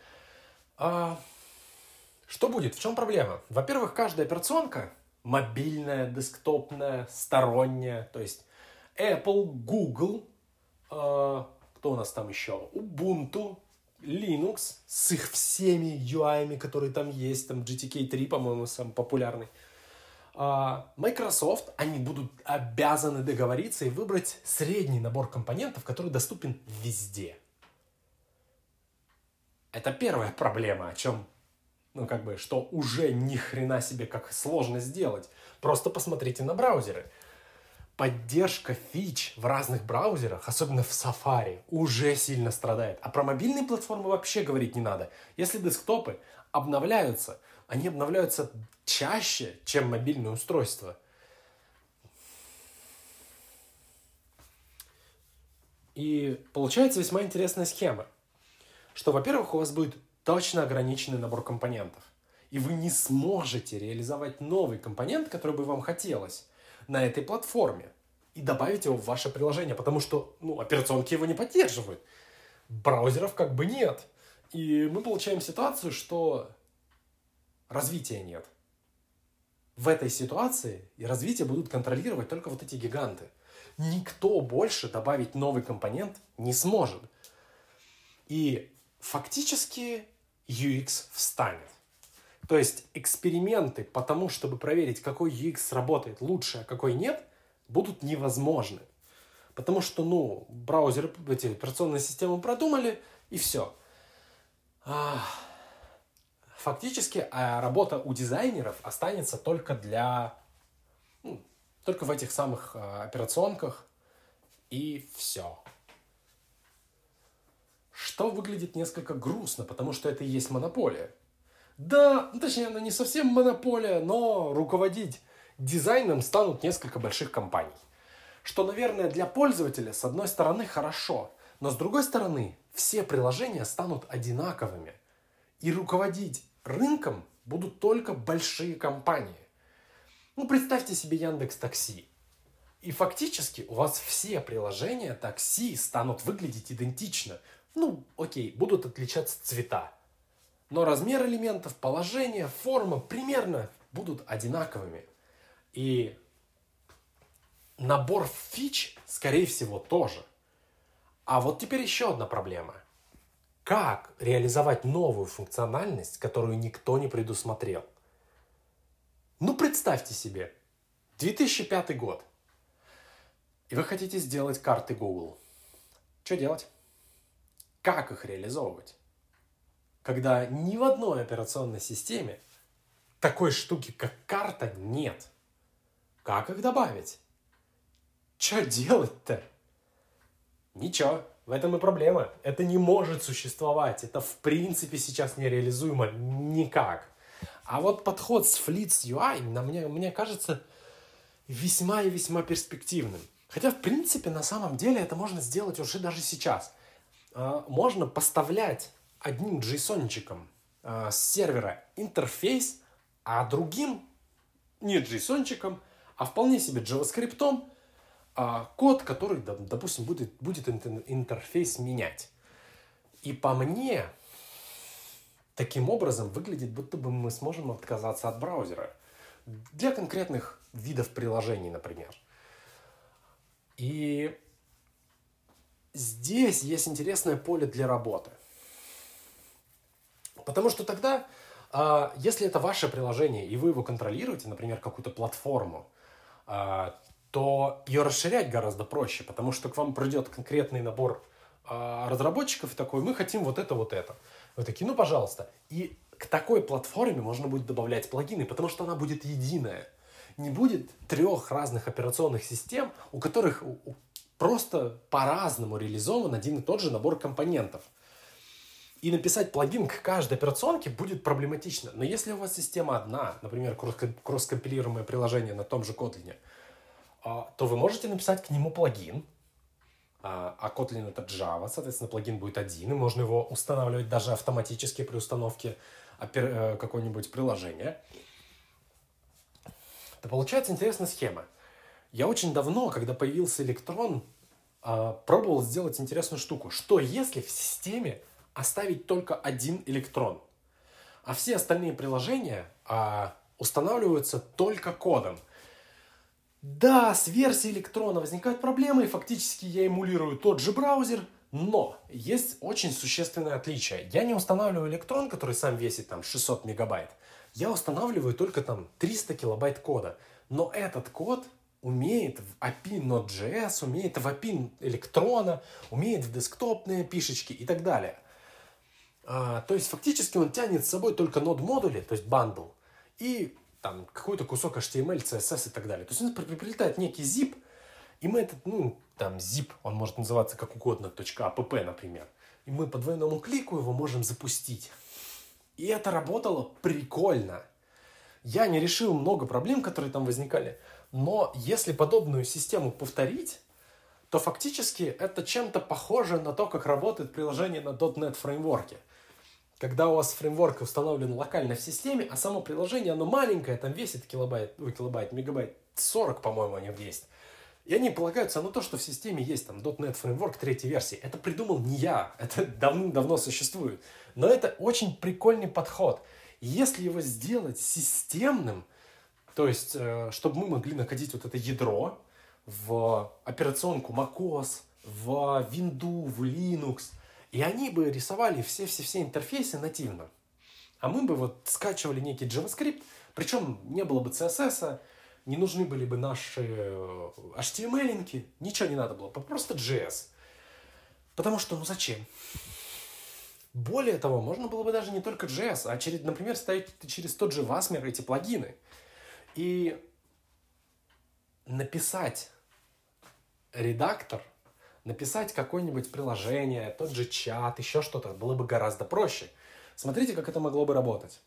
Что будет? В чем проблема? Во-первых, каждая операционка мобильная, десктопная, сторонняя. То есть Apple, Google, кто у нас там еще? Ubuntu, Linux с их всеми UI-ами, которые там есть. Там GTK 3, по-моему, самый популярный. Microsoft, они будут обязаны договориться и выбрать средний набор компонентов, который доступен везде. Это первая проблема, о чем, что уже ни хрена себе как сложно сделать. Просто посмотрите на браузеры. Поддержка фич в разных браузерах, особенно в Safari, уже сильно страдает. А про мобильные платформы вообще говорить не надо. Если десктопы обновляются, они обновляются чаще, чем мобильные устройства. И получается весьма интересная схема, что, во-первых, у вас будет точно ограниченный набор компонентов, и вы не сможете реализовать новый компонент, который бы вам хотелось, на этой платформе, и добавить его в ваше приложение, потому что операционки его не поддерживают. Браузеров как бы нет. И мы получаем ситуацию, что развития нет. В этой ситуации и развитие будут контролировать только вот эти гиганты. Никто больше добавить новый компонент не сможет. И фактически UX встанет. То есть эксперименты по тому, чтобы проверить, какой UX работает лучше, а какой нет, будут невозможны. Потому что, браузеры, эти операционные системы продумали, и все. Фактически работа у дизайнеров останется только только в этих самых операционках, и все. Что выглядит несколько грустно, потому что это и есть монополия. Да, точнее, она не совсем монополия, но руководить дизайном станут несколько больших компаний. Что, наверное, для пользователя, с одной стороны, хорошо, но с другой стороны, все приложения станут одинаковыми. И руководить рынком будут только большие компании. Представьте себе Яндекс.Такси. И фактически у вас все приложения такси станут выглядеть идентично. Окей, будут отличаться цвета. Но размер элементов, положение, форма примерно будут одинаковыми. И набор фич, скорее всего, тоже. А вот теперь еще одна проблема. Как реализовать новую функциональность, которую никто не предусмотрел? Представьте себе, 2005 год, и вы хотите сделать карты Google. Что делать? Как их реализовывать? Когда ни в одной операционной системе такой штуки, как карта, нет. Как их добавить? Что делать-то? Ничего. В этом и проблема. Это не может существовать. Это в принципе сейчас нереализуемо никак. А вот подход с Fleets UI, мне кажется, весьма и весьма перспективным. Хотя, в принципе, на самом деле это можно сделать уже даже сейчас. Можно поставлять одним JSON-чиком с сервера интерфейс, а другим не JSON-чиком, а вполне себе JavaScript, код, который, допустим, будет интерфейс менять. И по мне, таким образом выглядит, будто бы мы сможем отказаться от браузера. Для конкретных видов приложений, например. И здесь есть интересное поле для работы. Потому что тогда, если это ваше приложение, и вы его контролируете, например, какую-то платформу, то ее расширять гораздо проще, потому что к вам придет конкретный набор разработчиков и такой: мы хотим вот это, вот это. Вы такие: ну, пожалуйста. И к такой платформе можно будет добавлять плагины, потому что она будет единая. Не будет 3 разных операционных систем, у которых просто по-разному реализован один и тот же набор компонентов. И написать плагин к каждой операционке будет проблематично. Но если у вас система одна, например, кросс-компилируемое приложение на том же Kotlin, то вы можете написать к нему плагин. А Kotlin — это Java, соответственно, плагин будет один, и можно его устанавливать даже автоматически при установке какого-нибудь приложения. Это получается интересная схема. Я очень давно, когда появился Electron, пробовал сделать интересную штуку. Что если в системе оставить только один электрон, а все остальные приложения устанавливаются только кодом? Да, с версией электрона возникают проблемы, и фактически я эмулирую тот же браузер, но есть очень существенное отличие. Я не устанавливаю электрон, который сам весит там 600 мегабайт. Я устанавливаю только там 300 килобайт кода. Но этот код умеет в API Node.js, умеет в API электрона, умеет в десктопные пишечки и так далее. То есть фактически он тянет с собой только нод-модули, то есть bundle, и там какой-то кусок HTML, CSS и так далее. То есть у нас прилетает некий zip, и мы этот, там zip, он может называться как угодно, .app, например. И мы по двойному клику его можем запустить. И это работало прикольно. Я не решил много проблем, которые там возникали, но если подобную систему повторить, то фактически это чем-то похоже на то, как работает приложение на .NET фреймворке. Когда у вас фреймворк установлен локально в системе, а само приложение, оно маленькое, там весит мегабайт 40, по-моему, они есть. И они полагаются на то, что в системе есть там .NET фреймворк 3-й версии. Это придумал не я, это давным-давно существует. Но это очень прикольный подход. Если его сделать системным, то есть, чтобы мы могли находить вот это ядро в операционку macOS, в Windows, в Linux, и они бы рисовали все интерфейсы нативно. А мы бы вот скачивали некий JavaScript, причем не было бы CSS, не нужны были бы наши HTML-инки, ничего не надо было, просто JS. Потому что, зачем? Более того, можно было бы даже не только JS, а, например, ставить через тот же Wasmer эти плагины. И написать редактор, написать какое-нибудь приложение, тот же чат, еще что-то, было бы гораздо проще. Смотрите, как это могло бы работать.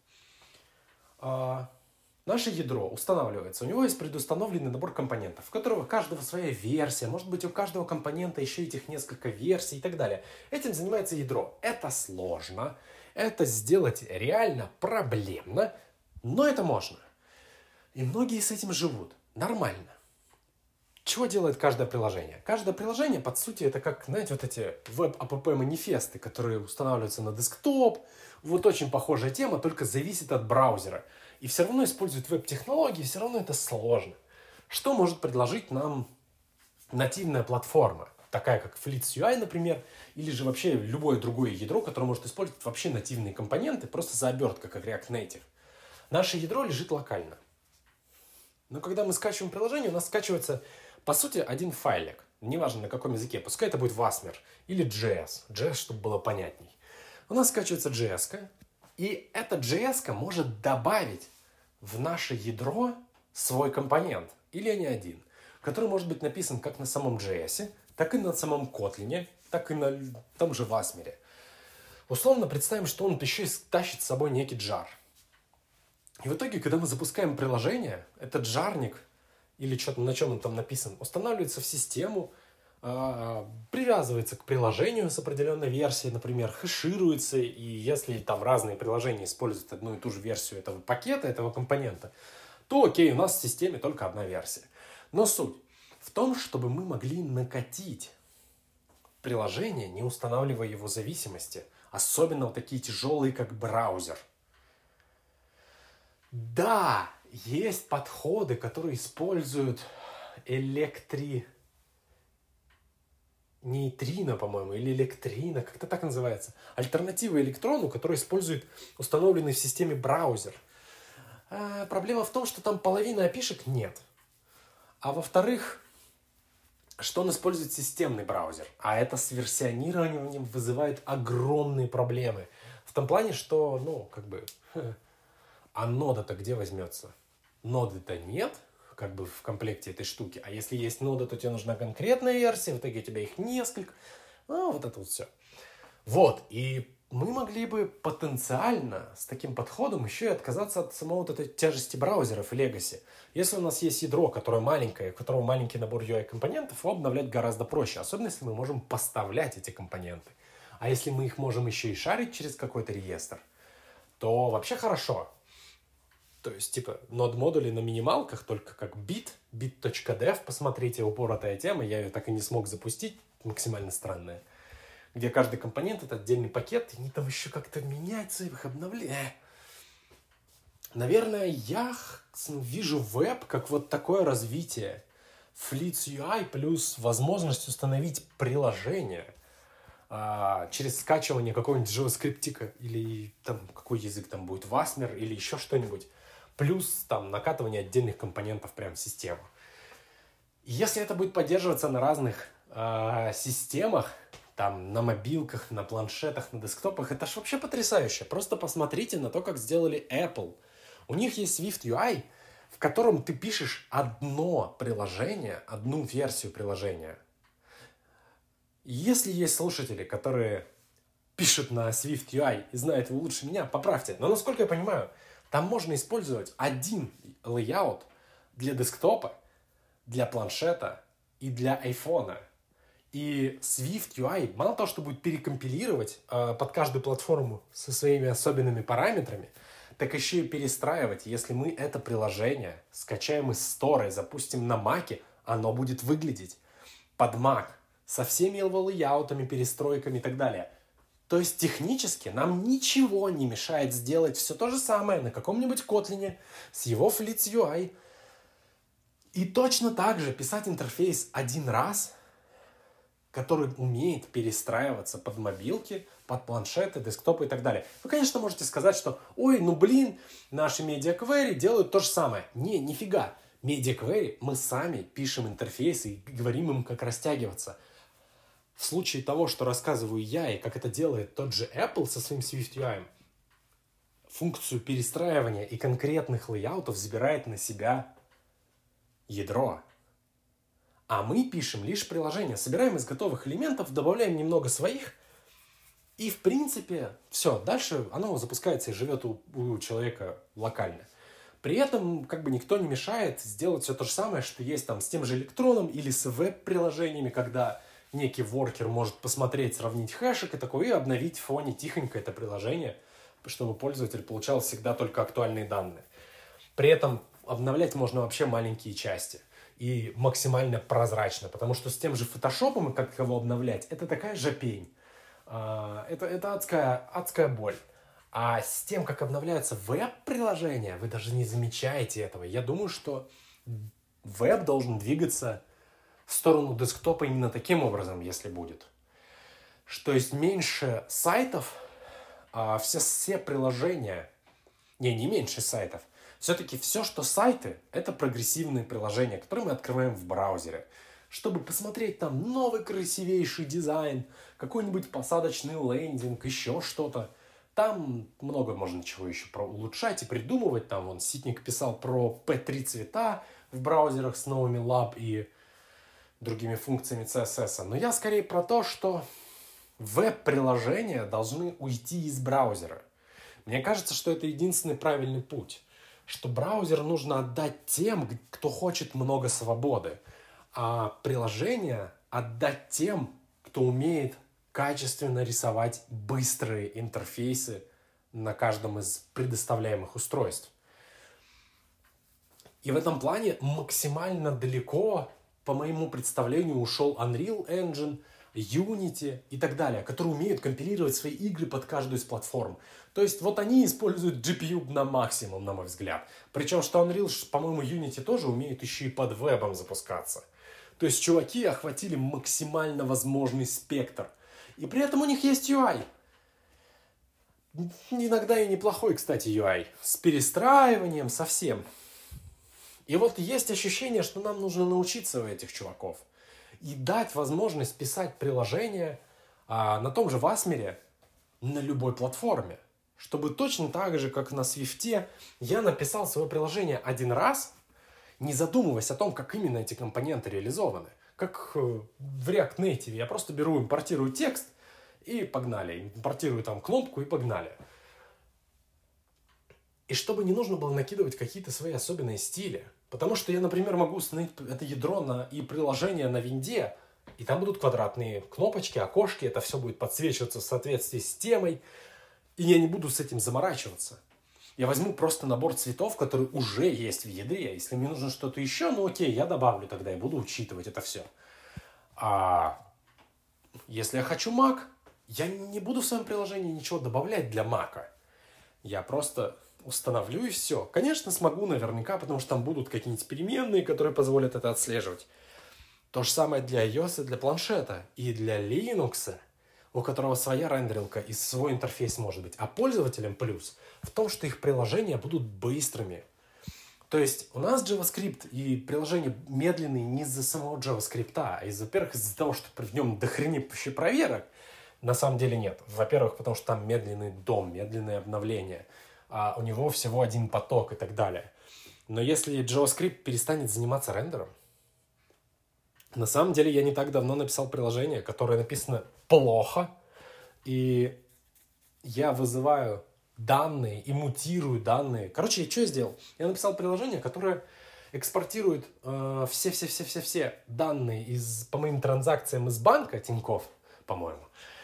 Наше ядро устанавливается. У него есть предустановленный набор компонентов, у которого каждого своя версия. Может быть, у каждого компонента еще этих несколько версий и так далее. Этим занимается ядро. Это сложно. Это сделать реально проблемно. Но это можно. И многие с этим живут. Нормально. Чего делает каждое приложение? Каждое приложение, по сути, это как, знаете, вот эти веб-апп-манифесты, которые устанавливаются на десктоп. Вот очень похожая тема, только зависит от браузера. И все равно используют веб-технологии, все равно это сложно. Что может предложить нам нативная платформа, такая как Fleets UI, например, или же вообще любое другое ядро, которое может использовать вообще нативные компоненты, просто за обертка, как React Native? Наше ядро лежит локально. Но когда мы скачиваем приложение, у нас скачивается, по сути, один файлик. Неважно, на каком языке. Пускай это будет Wasmer или JS. JS, чтобы было понятней. У нас скачивается JS-ка. И эта JS-ка может добавить в наше ядро свой компонент. Или не один. Который может быть написан как на самом JS, так и на самом Kotlin. так и на том же Васмере. Условно представим, что он еще и тащит с собой некий джар. И в итоге, когда мы запускаем приложение, этот джарник, или что-то, на чем он там написан, устанавливается в систему, привязывается к приложению с определенной версией, например, хэшируется, и если там разные приложения используют одну и ту же версию этого пакета, этого компонента, то окей, у нас в системе только одна версия. Но суть в том, чтобы мы могли накатить приложение, не устанавливая его зависимости, особенно вот такие тяжелые, как браузер. Да, есть подходы, которые используют нейтрино, по-моему, или электрино, как-то так называется. Альтернатива электрону, который использует установленный в системе браузер. Проблема в том, что там половины API-шек нет. А во-вторых, что он использует системный браузер. А это с версионированием вызывает огромные проблемы. В том плане, что, а нода-то где возьмется? Ноды-то нет, в комплекте этой штуки. А если есть нода, то тебе нужна конкретная версия, в итоге у тебя их несколько. Вот это вот все. Вот, и мы могли бы потенциально с таким подходом еще и отказаться от самой вот этой тяжести браузеров и legacy. Если у нас есть ядро, которое маленькое, у которого маленький набор UI-компонентов, его обновлять гораздо проще, особенно если мы можем поставлять эти компоненты. А если мы их можем еще и шарить через какой-то реестр, то вообще хорошо. То есть, нод-модули на минималках, только как bit.dev, посмотрите, упоротая тема, я ее так и не смог запустить, максимально странная, где каждый компонент — это отдельный пакет, и они там еще как-то меняются, их обновляют. Наверное, я вижу веб как вот такое развитие. Fleets UI плюс возможность установить приложение через скачивание какого-нибудь JavaScript или там какой язык там будет, Wasmer или еще что-нибудь. Плюс там накатывание отдельных компонентов прямо в систему. Если это будет поддерживаться на разных системах, там на мобилках, на планшетах, на десктопах, это ж вообще потрясающе. Просто посмотрите на то, как сделали Apple. У них есть Swift UI, в котором ты пишешь одно приложение, одну версию приложения. Если есть слушатели, которые пишут на Swift UI и знают его лучше меня, поправьте. Но насколько я понимаю, там можно использовать один лейаут для десктопа, для планшета и для айфона. И Swift UI мало того, что будет перекомпилировать под каждую платформу со своими особенными параметрами, так еще и перестраивать. Если мы это приложение скачаем из стора и запустим на Mac'е, оно будет выглядеть под Mac со всеми его лейаутами, перестройками и так далее. То есть технически нам ничего не мешает сделать все то же самое на каком-нибудь Kotlin с его Fleets UI. И точно так же писать интерфейс один раз, который умеет перестраиваться под мобилки, под планшеты, десктопы и так далее. Вы, конечно, можете сказать, что наши Media Query делают то же самое. Нифига. Media Query мы сами пишем интерфейсы и говорим им, как растягиваться. В случае того, что рассказываю я и как это делает тот же Apple со своим Swift UI, функцию перестраивания и конкретных лейаутов забирает на себя ядро. А мы пишем лишь приложение, собираем из готовых элементов, добавляем немного своих, и в принципе все, дальше оно запускается и живет у человека локально. При этом никто не мешает сделать все то же самое, что есть там с тем же электроном или с веб-приложениями, когда некий воркер может посмотреть, сравнить хэшек и обновить в фоне тихонько это приложение, чтобы пользователь получал всегда только актуальные данные. При этом обновлять можно вообще маленькие части и максимально прозрачно, потому что с тем же фотошопом, как его обновлять, это такая жопень. Это адская боль. А с тем, как обновляются веб-приложения, вы даже не замечаете этого. Я думаю, что веб должен двигаться в сторону десктопа именно таким образом, если будет. То есть меньше сайтов, все приложения, не меньше сайтов. Все-таки все, что сайты, это прогрессивные приложения, которые мы открываем в браузере, чтобы посмотреть там новый красивейший дизайн, какой-нибудь посадочный лендинг, еще что-то. Там много можно чего еще улучшать и придумывать. Там Ситник писал про P3 цвета в браузерах с новыми Lab и другими функциями CSS. Но я скорее про то, что Веб-приложения должны уйти из браузера. Мне кажется, что это единственный правильный путь. Что браузер нужно отдать тем, кто хочет много свободы. А приложение отдать тем, кто умеет качественно рисовать быстрые интерфейсы на каждом из предоставляемых устройств. И в этом плане максимально далеко, по моему представлению, ушел Unreal Engine, Unity и так далее, которые умеют компилировать свои игры под каждую из платформ. То есть вот они используют GPU на максимум, на мой взгляд. Причем, что Unreal, по-моему, Unity тоже умеет еще и под вебом запускаться. То есть чуваки охватили максимально возможный спектр. И при этом у них есть UI. Иногда и неплохой, кстати, UI. С перестраиванием, со всем. И вот есть ощущение, что нам нужно научиться у этих чуваков. И дать возможность писать приложение на том же Wasmer на любой платформе. Чтобы точно так же, как на Swift, я написал свое приложение один раз, не задумываясь о том, как именно эти компоненты реализованы. Как в React Native. Я просто беру, импортирую текст и погнали. Импортирую там кнопку и погнали. И чтобы не нужно было накидывать какие-то свои особенные стили. Потому что я, например, могу установить это ядро и приложение на винде, и там будут квадратные кнопочки, окошки, это все будет подсвечиваться в соответствии с темой, и я не буду с этим заморачиваться. Я возьму просто набор цветов, который уже есть в ядре. Если мне нужно что-то еще, ну окей, я добавлю тогда и буду учитывать это все. А если я хочу Mac, я не буду в своем приложении ничего добавлять для Mac. Я просто установлю и все. Конечно, смогу наверняка, потому что там будут какие-нибудь переменные, которые позволят это отслеживать. То же самое для iOS и для планшета. И для Linux, у которого своя рендерилка и свой интерфейс может быть. А пользователям плюс в том, что их приложения будут быстрыми. То есть у нас JavaScript и приложения медленные не из-за самого JavaScript, а во-первых, из-за того, что в нем дохренище проверок. На самом деле нет. Во-первых, потому что там медленный дом, медленное обновление. А у него всего один поток и так далее. Но если JavaScript перестанет заниматься рендером, на самом деле я не так давно написал приложение, которое написано плохо, и я вызываю данные и мутирую данные. Короче, что я сделал? Я написал приложение, которое экспортирует все данные по моим транзакциям из банка Тинькофф, по-моему,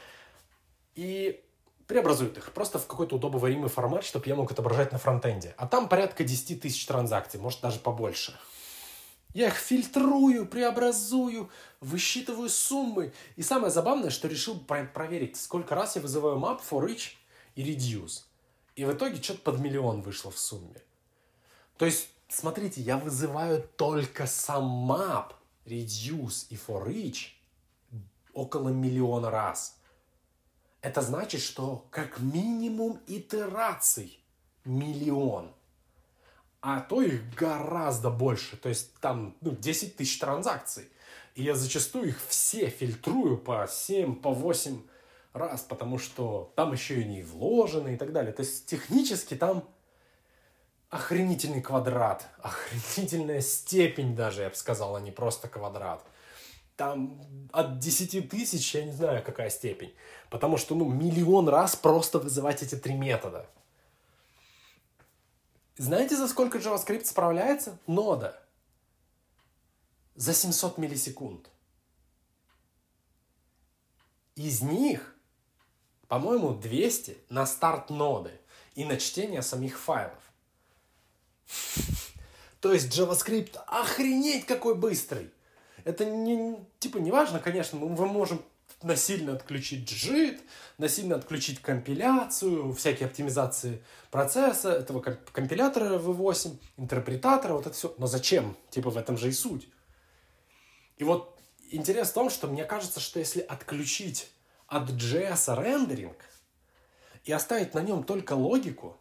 и преобразует их просто в какой-то удобоваримый формат, чтобы я мог отображать на фронтенде. А там порядка 10 тысяч транзакций, может даже побольше. Я их фильтрую, преобразую, высчитываю суммы. И самое забавное, что решил проверить, сколько раз я вызываю map, for each и reduce. И в итоге что-то под 1 000 000 вышло в сумме. То есть, смотрите, я вызываю только сам map, reduce и for each около 1 000 000 раз. Это значит, что как минимум итераций 1 000 000. А то их гораздо больше. То есть там 10 тысяч транзакций. И я зачастую их все фильтрую по 7, по 8 раз, потому что там еще и не вложены и так далее. То есть технически там охренительный квадрат, охренительная степень даже, я бы сказал, а не просто квадрат. Там от 10 тысяч, я не знаю, какая степень. Потому что, 1 000 000 раз просто вызывать эти 3 метода. Знаете, за сколько JavaScript справляется? Нода. За 700 миллисекунд. Из них, по-моему, 200 на старт ноды и на чтение самих файлов. То есть JavaScript охренеть какой быстрый. Это не важно, конечно, мы можем насильно отключить JIT, насильно отключить компиляцию, всякие оптимизации процесса, этого компилятора V8, интерпретатора, вот это все. Но зачем? В этом же и суть. И вот интерес в том, что мне кажется, что если отключить от JS рендеринг и оставить на нем только логику,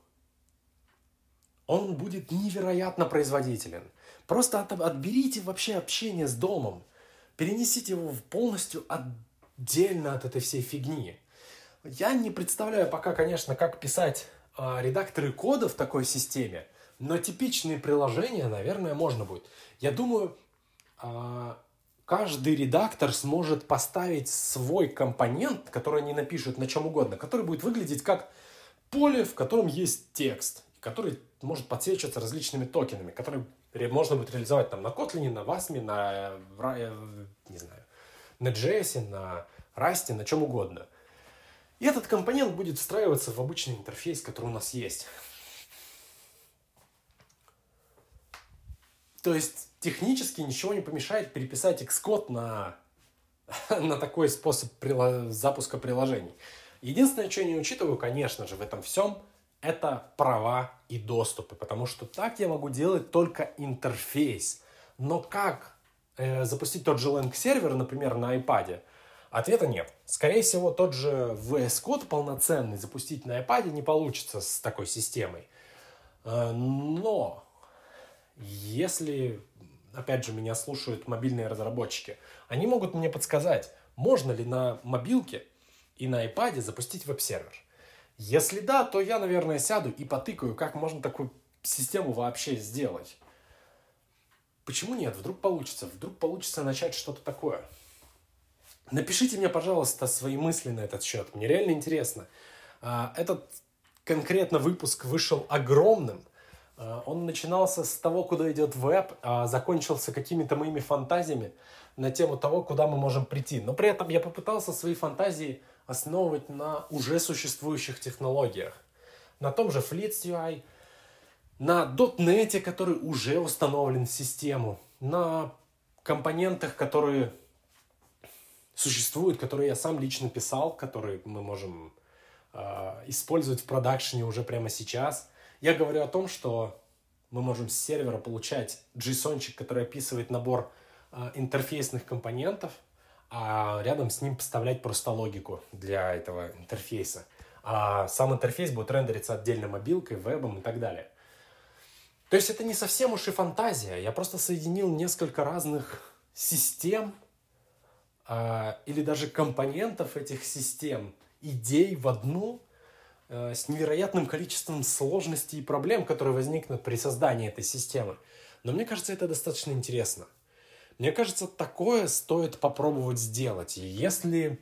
он будет невероятно производителен. Просто отберите вообще общение с домом, перенесите его полностью отдельно от этой всей фигни. Я не представляю пока, конечно, как писать редакторы кода в такой системе, но типичные приложения, наверное, можно будет. Я думаю, каждый редактор сможет поставить свой компонент, который они напишут на чем угодно, который будет выглядеть как поле, в котором есть текст, который может подсвечиваться различными токенами, которые можно будет реализовать там на Kotlin, на Wasm, не знаю, на JS, на Rust, на чем угодно. И этот компонент будет встраиваться в обычный интерфейс, который у нас есть. То есть технически ничего не помешает переписать Xcode на такой способ запуска приложений. Единственное, что я не учитываю, конечно же, в этом всем, это права и доступы, потому что так я могу делать только интерфейс. Но как запустить тот же Lang сервер, например, на iPad? Ответа нет. Скорее всего, тот же VS Code полноценный запустить на iPad не получится с такой системой. Но если, опять же, меня слушают мобильные разработчики, они могут мне подсказать, можно ли на мобилке и на iPad запустить веб-сервер. Если да, то я, наверное, сяду и потыкаю, как можно такую систему вообще сделать. Почему нет? Вдруг получится начать что-то такое. Напишите мне, пожалуйста, свои мысли на этот счет. Мне реально интересно. Этот конкретно выпуск вышел огромным. Он начинался с того, куда идет веб, а закончился какими-то моими фантазиями на тему того, куда мы можем прийти. Но при этом я попытался свои фантазии основывать на уже существующих технологиях. На том же FleetsUI, на .NET, который уже установлен в систему, на компонентах, которые существуют, которые я сам лично писал, которые мы можем использовать в продакшене уже прямо сейчас. Я говорю о том, что мы можем с сервера получать JSON-чик, который описывает набор интерфейсных компонентов, а рядом с ним поставлять просто логику для этого интерфейса. А сам интерфейс будет рендериться отдельно мобилкой, вебом и так далее. То есть это не совсем уж и фантазия. Я просто соединил несколько разных систем или даже компонентов этих систем, идей в одну, с невероятным количеством сложностей и проблем, которые возникнут при создании этой системы. Но мне кажется, это достаточно интересно. Мне кажется, такое стоит попробовать сделать. И если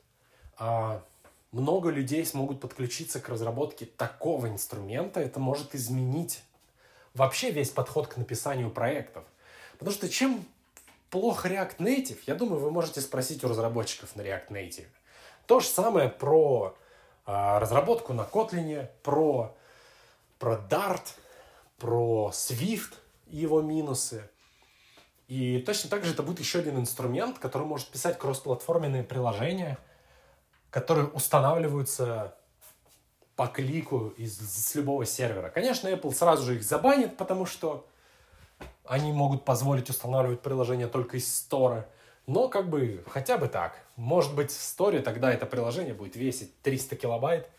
много людей смогут подключиться к разработке такого инструмента, это может изменить вообще весь подход к написанию проектов. Потому что чем плох React Native, я думаю, вы можете спросить у разработчиков на React Native. То же самое про разработку на Kotlin, про Dart, про Swift и его минусы. И точно так же это будет еще один инструмент, который может писать кроссплатформенные приложения, которые устанавливаются по клику с любого сервера. Конечно, Apple сразу же их забанит, потому что они могут позволить устанавливать приложения только из стора. Но как бы хотя бы так. Может быть, в сторе тогда это приложение будет весить 300 килобайт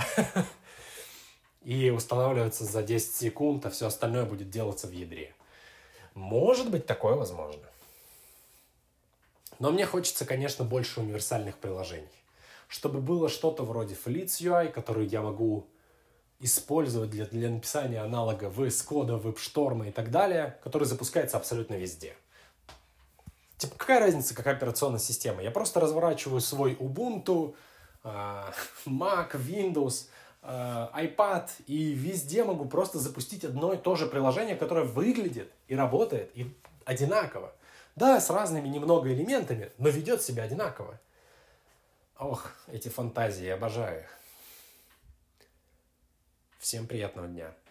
и устанавливаться за 10 секунд, а все остальное будет делаться в ядре. Может быть, такое возможно. Но мне хочется, конечно, больше универсальных приложений. Чтобы было что-то вроде FleetsUI, который я могу использовать для написания аналога VS Code, WebStorm и так далее, который запускается абсолютно везде. Типа, какая разница, какая операционная система? Я просто разворачиваю свой Ubuntu, Mac, Windows, iPad, и везде могу просто запустить одно и то же приложение, которое выглядит и работает и одинаково. Да, с разными немного элементами, но ведет себя одинаково. Ох, эти фантазии, обожаю их. Всем приятного дня.